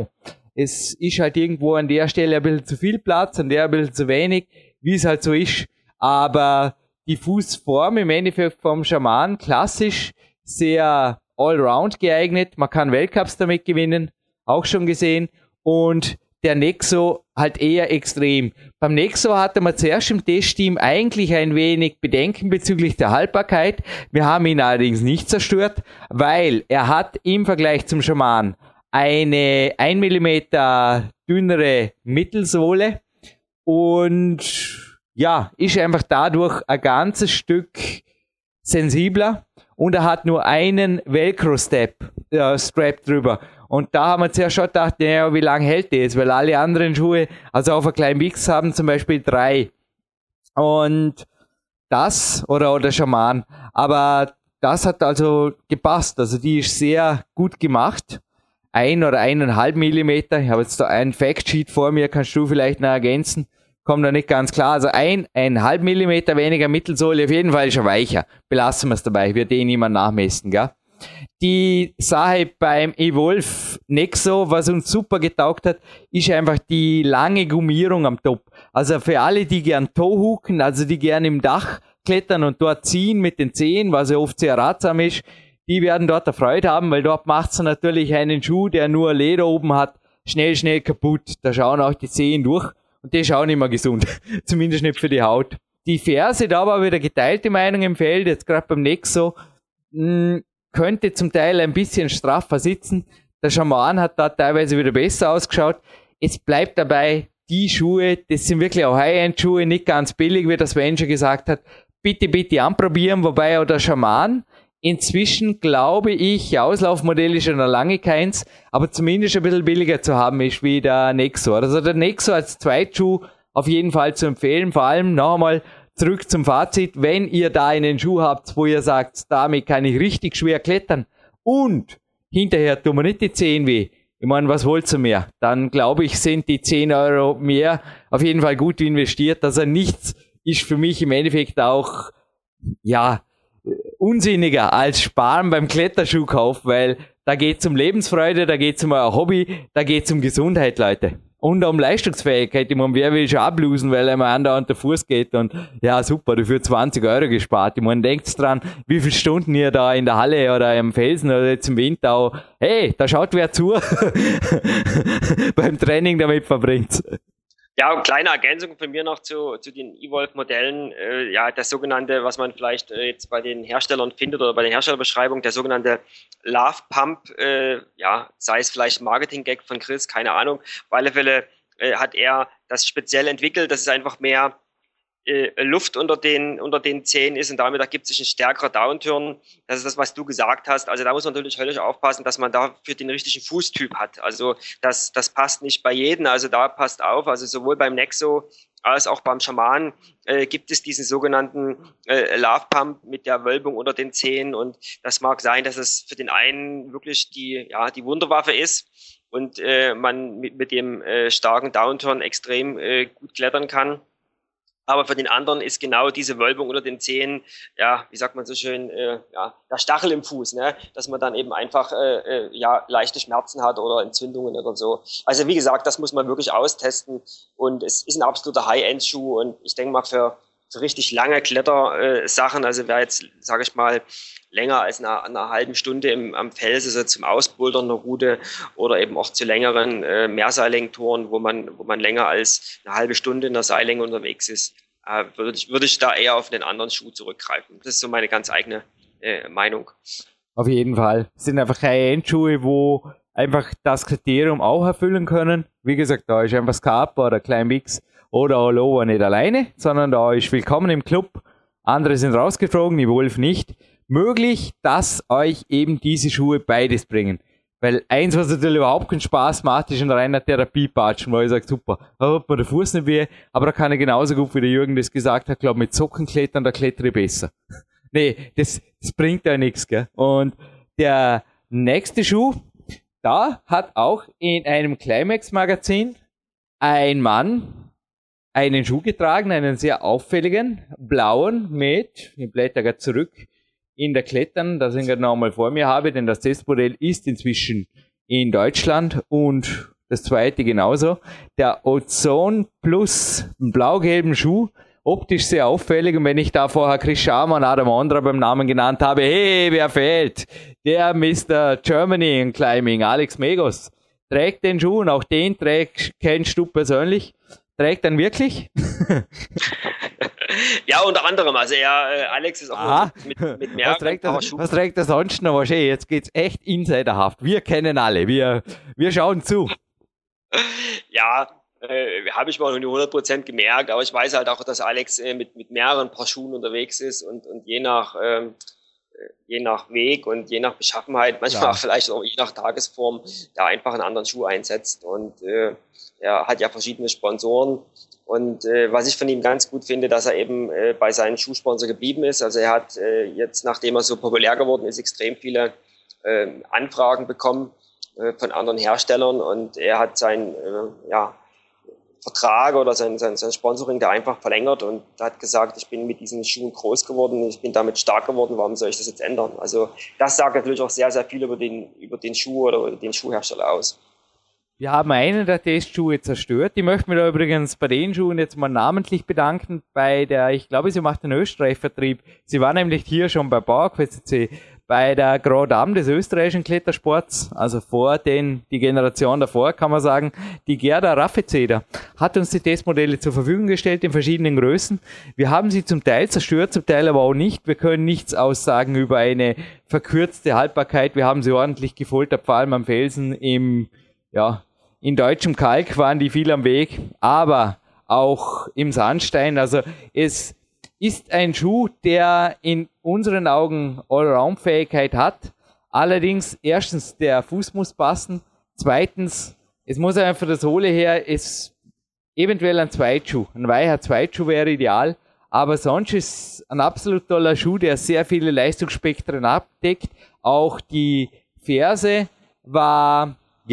es ist halt irgendwo an der Stelle ein bisschen zu viel Platz, an der ein bisschen zu wenig, wie es halt so ist. Aber die Fußform im Endeffekt vom Shaman, klassisch, sehr Allround geeignet, man kann Weltcups damit gewinnen, auch schon gesehen und der Nexo halt eher extrem. Beim Nexo hatte man zuerst im Testteam eigentlich ein wenig Bedenken bezüglich der Haltbarkeit, wir haben ihn allerdings nicht zerstört, weil er hat im Vergleich zum Shaman eine 1 mm dünnere Mittelsohle und ja, ist einfach dadurch ein ganzes Stück sensibler. Und er hat nur einen Velcro-Strap drüber. Und da haben wir zuerst schon gedacht, wie lange hält der jetzt? Weil alle anderen Schuhe, also auf einer kleinen Wix, haben zum Beispiel 3. Und das, oder Shaman, aber das hat also gepasst. Also die ist sehr gut gemacht. 1 oder 1,5 Millimeter. Ich habe jetzt da ein Factsheet vor mir, kannst du vielleicht noch ergänzen. Kommt da nicht ganz klar. Also 1,5 Millimeter weniger Mittelsohle, auf jeden Fall ist er weicher. Belassen wir es dabei, wird niemand nachmessen, gell? Die Sache beim Evolve Nexo, was uns super getaugt hat, ist einfach die lange Gummierung am Top. Also für alle, die gern Toehooken, also die gern im Dach klettern und dort ziehen mit den Zehen, was ja oft sehr ratsam ist, die werden dort Freude haben, weil dort macht es natürlich einen Schuh, der nur Leder oben hat, schnell kaputt. Da schauen auch die Zehen durch. und die ist auch nicht mehr gesund. Zumindest nicht für die Haut. Die Ferse, da war wieder geteilte Meinung im Feld, jetzt gerade beim Nexo, könnte zum Teil ein bisschen straffer sitzen. Der Schaman hat da teilweise wieder besser ausgeschaut. Es bleibt dabei, die Schuhe, das sind wirklich auch High-End-Schuhe, nicht ganz billig, wie der Sven schon gesagt hat. Bitte anprobieren, wobei auch der Schaman inzwischen, glaube ich, Auslaufmodell ist schon noch lange keins, aber zumindest ein bisschen billiger zu haben ist wie der Nexo. Also der Nexo als Zweitschuh auf jeden Fall zu empfehlen, vor allem noch einmal zurück zum Fazit, wenn ihr da einen Schuh habt, wo ihr sagt, damit kann ich richtig schwer klettern und hinterher tun wir nicht die 10 weh. Ich meine, was wollt ihr mehr? Dann glaube ich, sind die 10 Euro mehr auf jeden Fall gut investiert. Also nichts ist für mich im Endeffekt auch, ja, unsinniger als sparen beim Kletterschuhkauf, weil da geht es um Lebensfreude, da geht es um ein Hobby, da geht es um Gesundheit, Leute. Und um Leistungsfähigkeit. Ich meine, wer will schon abblusen, weil er mal andauernd der Fuß geht und ja, super, dafür 20 Euro gespart. Ich meine, denkt dran, wie viele Stunden ihr da in der Halle oder am Felsen oder jetzt im Winter auch, hey, da schaut wer zu, beim Training damit verbringt.
Ja, und kleine Ergänzung von mir noch zu den Evolve-Modellen. Ja, das sogenannte, was man vielleicht jetzt bei den Herstellern findet oder bei den Herstellerbeschreibungen, der sogenannte Love Pump, ja, sei es vielleicht Marketing-Gag von Chris, keine Ahnung. Auf alle Fälle hat er das speziell entwickelt, dass es einfach mehr Luft unter den Zehen ist und damit ergibt sich ein stärkerer Downturn. Das ist das, was du gesagt hast. Also da muss man natürlich höllisch aufpassen, dass man dafür den richtigen Fußtyp hat. Also das passt nicht bei jedem. Also da passt auf. Also sowohl beim Nexo als auch beim Schaman gibt es diesen sogenannten Love Pump mit der Wölbung unter den Zehen und das mag sein, dass es für den einen wirklich die Wunderwaffe ist und man mit dem starken Downturn extrem gut klettern kann. Aber für den anderen ist genau diese Wölbung unter den Zehen, ja, wie sagt man so schön, der Stachel im Fuß, ne? Dass man dann eben einfach leichte Schmerzen hat oder Entzündungen oder so. Also wie gesagt, das muss man wirklich austesten und es ist ein absoluter High-End-Schuh und ich denke mal für richtig lange Klettersachen, also wer jetzt, sage ich mal, länger als eine halben Stunde am Fels, also zum Ausbouldern einer Route oder eben auch zu längeren Mehrseillängen-Touren, wo man länger als eine halbe Stunde in der Seillänge unterwegs ist, würde ich da eher auf den anderen Schuh zurückgreifen. Das ist so meine ganz eigene Meinung.
Auf jeden Fall. Es sind einfach High-End-Schuhe, wo einfach das Kriterium auch erfüllen können. Wie gesagt, da ist einfach Scarpa oder Climbx oder Aloha nicht alleine, sondern da ist willkommen im Club. Andere sind rausgeflogen, die Wolf nicht. Möglich, dass euch eben diese Schuhe beides bringen. Weil eins, was natürlich überhaupt keinen Spaß macht, ist ein reiner Therapiepatschen, weil ich sage, super, da hat man der Fuß nicht weh, aber da kann ich genauso gut, wie der Jürgen das gesagt hat, glaube mit Socken klettern, da klettere ich besser. Nee, das bringt ja nichts, gell? Und der nächste Schuh, da hat auch in einem Climax-Magazin ein Mann einen Schuh getragen, einen sehr auffälligen, blauen mit, ich blätter gerade zurück, in der Klettern, das ich gerade noch einmal vor mir habe, denn das Testmodell ist inzwischen in Deutschland und das zweite genauso. Der Ozone Plus, einen blau-gelben Schuh, optisch sehr auffällig und wenn ich da vorher Chris Schamer und Adam Ondra beim Namen genannt habe, hey, wer fehlt? Der Mr. Germany in Climbing, Alex Megos, trägt den Schuh und auch den kennst du persönlich. Trägt dann wirklich?
Ja, unter anderem. Also Alex ist auch mit mehreren Paar-Schuhen.
Was trägt er sonst noch? Was, jetzt geht's echt insiderhaft. Wir kennen alle. Wir schauen zu.
Ja, habe ich mal noch nicht 100% gemerkt, aber ich weiß halt auch, dass Alex mit mehreren Paar Schuhen unterwegs ist und je nach Weg und je nach Beschaffenheit, manchmal auch vielleicht auch je nach Tagesform, da einfach einen anderen Schuh einsetzt und er hat ja verschiedene Sponsoren und was ich von ihm ganz gut finde, dass er eben bei seinem Schuhsponsor geblieben ist, also er hat jetzt, nachdem er so populär geworden ist, extrem viele Anfragen bekommen von anderen Herstellern und er hat seinen Vertrag oder sein Sponsoring da einfach verlängert und hat gesagt, ich bin mit diesen Schuhen groß geworden, ich bin damit stark geworden, warum soll ich das jetzt ändern? Also das sagt natürlich auch sehr, sehr viel über den Schuh oder den Schuhhersteller aus.
Wir haben einen der Testschuhe zerstört. Ich möchte mich da übrigens bei den Schuhen jetzt mal namentlich bedanken bei der, ich glaube, sie macht den Österreich-Vertrieb. Sie war nämlich hier schon bei PowerQuest bei der Grand Dame des österreichischen Klettersports, also die Generation davor, kann man sagen, die Gerda Raffezeder hat uns die Testmodelle zur Verfügung gestellt in verschiedenen Größen. Wir haben sie zum Teil zerstört, zum Teil aber auch nicht. Wir können nichts aussagen über eine verkürzte Haltbarkeit. Wir haben sie ordentlich gefoltert, vor allem am Felsen in deutschem Kalk waren die viel am Weg, aber auch im Sandstein. Also es ist ein Schuh, der in unseren Augen Allround-Fähigkeit hat. Allerdings, erstens, der Fuß muss passen. Zweitens, es muss einfach von der Sohle her, eventuell ein Zweitschuh. Ein weicher Zweitschuh wäre ideal. Aber sonst ist ein absolut toller Schuh, der sehr viele Leistungsspektren abdeckt. Auch die Ferse war,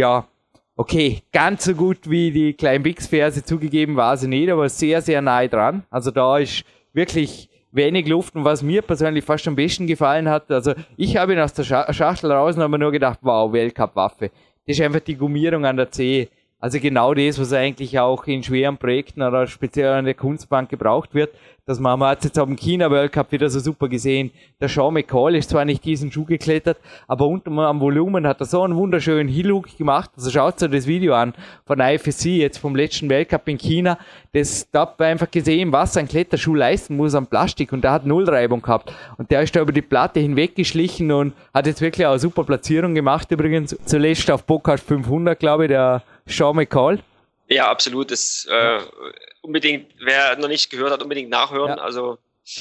okay, ganz so gut wie die Klein-Bix-Ferse zugegeben war sie nicht, aber sehr, sehr nahe dran. Also da ist wirklich wenig Luft, und was mir persönlich fast am besten gefallen hat, also ich habe ihn aus der Schachtel raus und habe mir nur gedacht, wow, Weltcup-Waffe. Das ist einfach die Gummierung an der Zehe. Also genau das, was eigentlich auch in schweren Projekten oder speziell an der Kunstbank gebraucht wird, dass man hat es jetzt auf dem China World Cup wieder so super gesehen. Der Sean McCall ist zwar nicht diesen Schuh geklettert, aber unten am Volumen hat er so einen wunderschönen Heel-Hook gemacht. Also schaut euch das Video an von IFSC, jetzt vom letzten Weltcup in China. Da hat man einfach gesehen, was ein Kletterschuh leisten muss am Plastik, und der hat null Reibung gehabt. Und der ist da über die Platte hinweggeschlichen und hat jetzt wirklich auch eine super Platzierung gemacht. Übrigens zuletzt auf Podcast 500, glaube ich, der Sean McCall.
Ja, absolut. Das unbedingt, wer noch nicht gehört hat, unbedingt nachhören. Ja.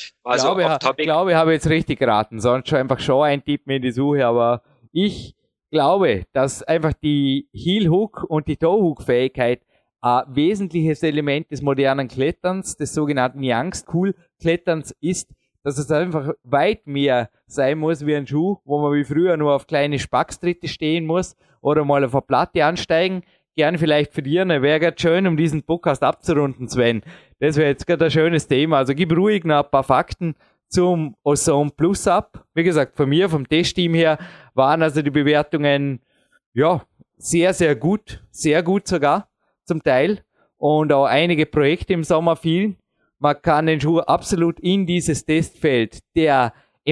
Ich glaube, ich habe jetzt richtig geraten. Sonst schon einfach Sean eintippen in die Suche. Aber ich glaube, dass einfach die Heel-Hook und die Toe-Hook-Fähigkeit ein wesentliches Element des modernen Kletterns, des sogenannten Young-School-Kletterns ist, dass es einfach weit mehr sein muss wie ein Schuh, wo man wie früher nur auf kleine Spackstritte stehen muss oder mal auf eine Platte ansteigen. Gern vielleicht für dir, wäre gerade schön, um diesen Podcast abzurunden, Sven. Das wäre jetzt gerade ein schönes Thema. Also gib ruhig noch ein paar Fakten zum Ozone Plus ab. Wie gesagt, von mir, vom Testteam her, waren also die Bewertungen sehr, sehr gut sogar zum Teil, und auch einige Projekte im Sommer fielen. Man kann den Schuh absolut in dieses Testfeld der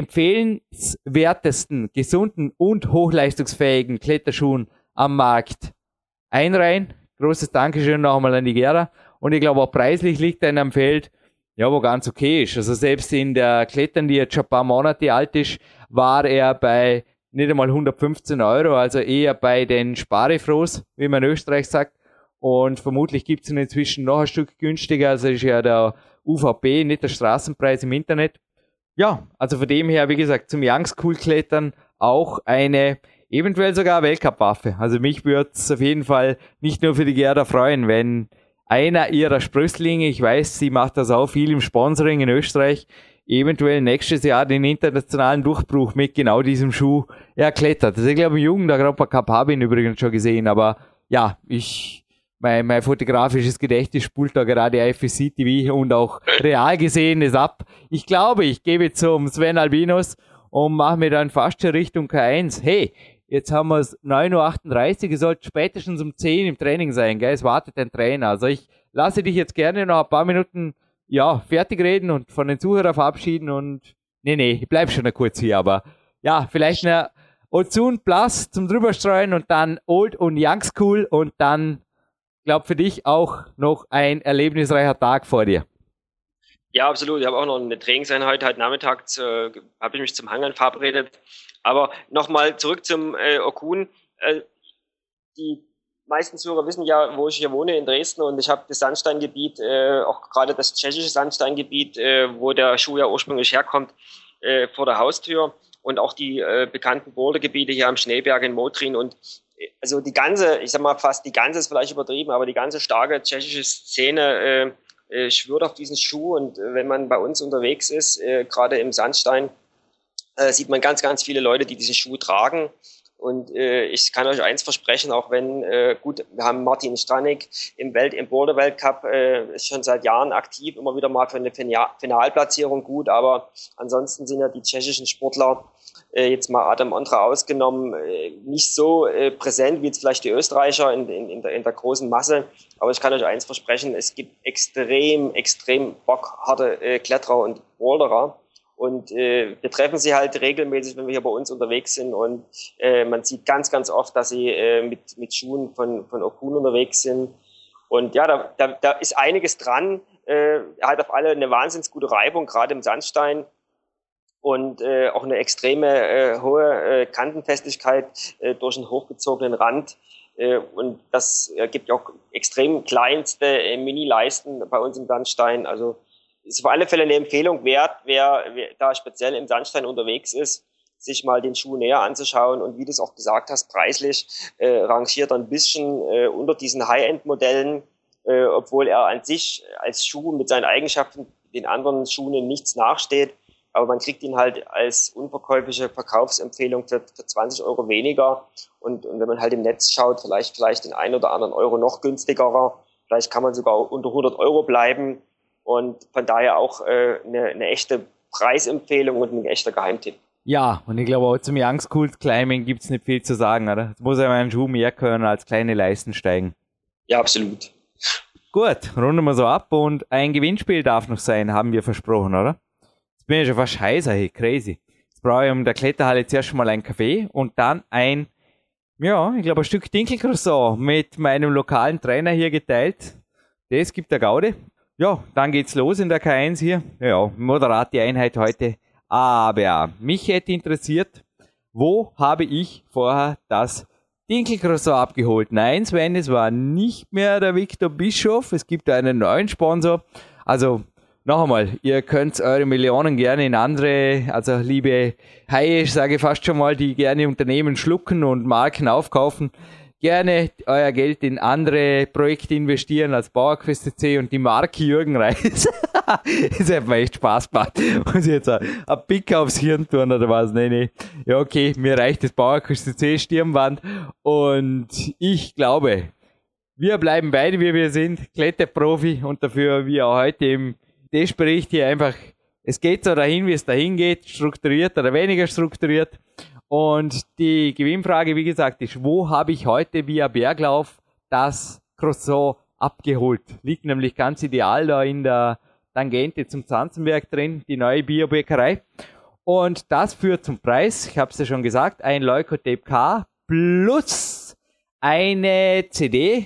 empfehlenswertesten, gesunden und hochleistungsfähigen Kletterschuhen am Markt einreihen. Großes Dankeschön nochmal an die Gera. Und ich glaube auch preislich liegt er in einem Feld, wo ganz okay ist. Also selbst in der Klettern, die jetzt schon ein paar Monate alt ist, war er bei nicht einmal 115 €, also eher bei den Sparefrohs, wie man in Österreich sagt. Und vermutlich gibt es ihn inzwischen noch ein Stück günstiger. Also ist ja der UVP, nicht der Straßenpreis im Internet. Ja, also von dem her, wie gesagt, zum Young School Klettern auch eine eventuell sogar Weltcup-Waffe. Also mich würde es auf jeden Fall nicht nur für die Gerda freuen, wenn einer ihrer Sprösslinge, ich weiß, sie macht das auch viel im Sponsoring in Österreich, eventuell nächstes Jahr den internationalen Durchbruch mit genau diesem Schuh erklettert. Also ich glaube, im Jugend-Europa Cup habe ich ihn übrigens schon gesehen, aber ja, mein fotografisches Gedächtnis spult da gerade IFSC TV und auch real Gesehenes ab. Ich glaube, ich gebe zum Sven Albinus und mache mir dann fast schon Richtung K1. Hey, jetzt haben wir es 9:38 Uhr, es sollte spätestens um 10 im Training sein, gell? Es wartet ein Trainer. Also ich lasse dich jetzt gerne noch ein paar Minuten fertig reden und von den Zuhörern verabschieden und ich bleib schon noch kurz hier, aber ja, vielleicht eine Ozone Plus zum drüberstreuen und dann Old und Young School und dann, glaube für dich auch noch ein erlebnisreicher Tag vor dir.
Ja, absolut. Ich habe auch noch eine Trainingseinheit. Heute Nachmittag habe ich mich zum Hangeln verabredet. Aber nochmal zurück zum Okun. Die meisten Zuhörer wissen ja, wo ich hier wohne, in Dresden. Und ich habe das Sandsteingebiet, auch gerade das tschechische Sandsteingebiet, wo der Schuh ja ursprünglich herkommt, vor der Haustür. Und auch die bekannten Bouldergebiete hier am Schneeberg in Motrin. Und also die ganze, ich sag mal fast die ganze ist vielleicht übertrieben, aber die ganze starke tschechische Szene schwört auf diesen Schuh. Und wenn man bei uns unterwegs ist, gerade im Sandstein, sieht man ganz, ganz viele Leute, die diesen Schuh tragen. Und ich kann euch eins versprechen, auch wenn, wir haben Martin Stanek im Boulder-Weltcup, ist schon seit Jahren aktiv, immer wieder mal für eine Finalplatzierung gut, aber ansonsten sind ja die tschechischen Sportler, jetzt mal Adam Ondra ausgenommen, nicht so präsent wie jetzt vielleicht die Österreicher in der großen Masse. Aber ich kann euch eins versprechen, es gibt extrem bockharte Kletterer und Boulderer. Und wir treffen sie halt regelmäßig, wenn wir hier bei uns unterwegs sind. Und man sieht ganz, ganz oft, dass sie mit Schuhen von Okun unterwegs sind. Und ja, da ist einiges dran. Er hat auf alle eine wahnsinnig gute Reibung, gerade im Sandstein. Und auch eine extreme hohe Kantenfestigkeit durch einen hochgezogenen Rand. Und das gibt ja auch extrem kleinste Mini-Leisten bei uns im Sandstein. Also ist auf alle Fälle eine Empfehlung wert, wer da speziell im Sandstein unterwegs ist, sich mal den Schuh näher anzuschauen. Und wie du es auch gesagt hast, preislich rangiert er ein bisschen unter diesen High-End-Modellen, obwohl er an sich als Schuh mit seinen Eigenschaften den anderen Schuhen in nichts nachsteht. Aber man kriegt ihn halt als unverkäufliche Verkaufsempfehlung für 20 Euro weniger. Und wenn man halt im Netz schaut, vielleicht den einen oder anderen Euro noch günstigerer. Vielleicht kann man sogar unter 100 Euro bleiben. Und von daher auch eine echte Preisempfehlung und ein echter Geheimtipp.
Ja, und ich glaube auch zum Young School Climbing gibt es nicht viel zu sagen, oder? Es muss ja ein Schuh mehr können als kleine Leisten steigen.
Ja, absolut.
Gut, runden wir so ab und ein Gewinnspiel darf noch sein, haben wir versprochen, oder? Jetzt bin ich schon fast heißer, hey, crazy. Jetzt brauche ich um der Kletterhalle zuerst mal einen Kaffee und dann ein Stück Dinkelcroissant mit meinem lokalen Trainer hier geteilt. Das gibt der Gaude. Ja, dann geht's los in der K1 hier. Ja, moderate Einheit heute. Aber mich hätte interessiert, wo habe ich vorher das Dinkelcroissant abgeholt? Nein, Sven, es war nicht mehr der Viktor Bischof. Es gibt einen neuen Sponsor. Also, noch einmal, ihr könnt eure Millionen gerne in andere, also liebe Haie, ich sage fast schon mal, die gerne Unternehmen schlucken und Marken aufkaufen, gerne euer Geld in andere Projekte investieren als PowerQuest.cc und die Marke Jürgen Reis. Das hat mir echt Spaß gemacht. Muss ich jetzt ein Pick aufs Hirn tun oder was? Nee. Ja, okay, mir reicht das PowerQuest.cc Stirnband und ich glaube, wir bleiben beide, wie wir sind, Kletterprofi und dafür, wie auch heute im Testbericht hier einfach, es geht so dahin, wie es dahin geht, strukturiert oder weniger strukturiert. Und die Gewinnfrage, wie gesagt, ist, wo habe ich heute via Berglauf das Croissant abgeholt? Liegt nämlich ganz ideal da in der Tangente zum Zanzenberg drin, die neue Biobäckerei. Und das führt zum Preis, ich habe es ja schon gesagt, ein Leukotape K plus eine CD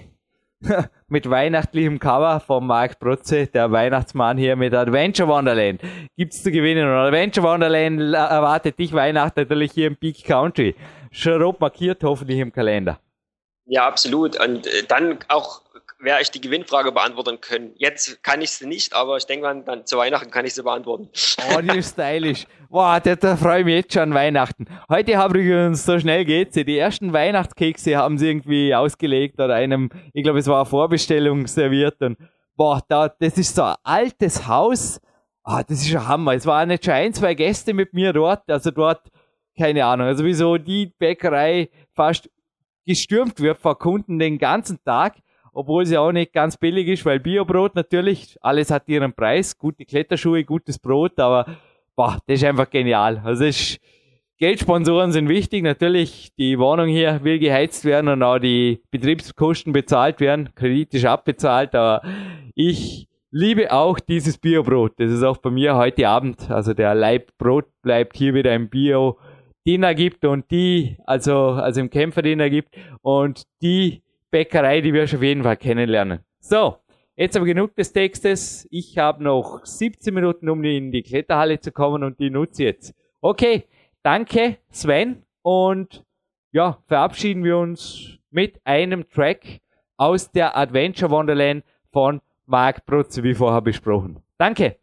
mit weihnachtlichem Cover von Marc Protze, der Weihnachtsmann hier mit Adventure Wonderland. Gibt's zu gewinnen und Adventure Wonderland erwartet dich Weihnachten natürlich hier im Peak Country. Schon rot markiert, hoffentlich im Kalender.
Ja, absolut. Und dann auch werde ich die Gewinnfrage beantworten können. Jetzt kann ich sie nicht, aber ich denke mal, dann zu Weihnachten kann ich sie beantworten.
Oh, die ist stylisch. Boah, da freue ich mich jetzt schon an Weihnachten. Heute haben wir uns, so schnell geht's. Die ersten Weihnachtskekse haben sie irgendwie ausgelegt oder ich glaube, es war eine Vorbestellung serviert. Und boah, das ist so ein altes Haus. Ah, das ist ein Hammer. Es waren nicht schon 1, 2 Gäste mit mir dort. Also dort, keine Ahnung, also wieso die Bäckerei fast gestürmt wird von Kunden den ganzen Tag. Obwohl sie auch nicht ganz billig ist, weil Biobrot natürlich, alles hat ihren Preis, gute Kletterschuhe, gutes Brot, aber boah, das ist einfach genial. Also Geldsponsoren sind wichtig, natürlich die Wohnung hier will geheizt werden und auch die Betriebskosten bezahlt werden, Kredit ist abbezahlt, aber ich liebe auch dieses Biobrot. Das ist auch bei mir heute Abend, also der Laib Brot bleibt hier wieder im Bio-Dinner gibt und also im Kämpfer-Dinner gibt und die Bäckerei, die wirst du auf jeden Fall kennenlernen. So, jetzt aber genug des Textes. Ich habe noch 17 Minuten, um in die Kletterhalle zu kommen und die nutze ich jetzt. Okay, danke Sven und ja, verabschieden wir uns mit einem Track aus der Adventure Wonderland von Marc Protze, wie vorher besprochen. Danke!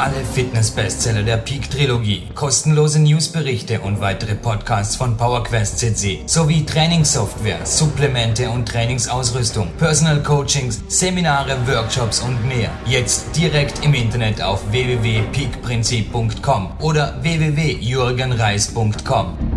alle Fitness-Bestseller der Peak-Trilogie, kostenlose Newsberichte und weitere Podcasts von PowerQuest CC sowie Trainingssoftware, Supplemente und Trainingsausrüstung, Personal Coachings, Seminare, Workshops und mehr. Jetzt direkt im Internet auf www.peakprinzip.com oder www.jürgenreis.com.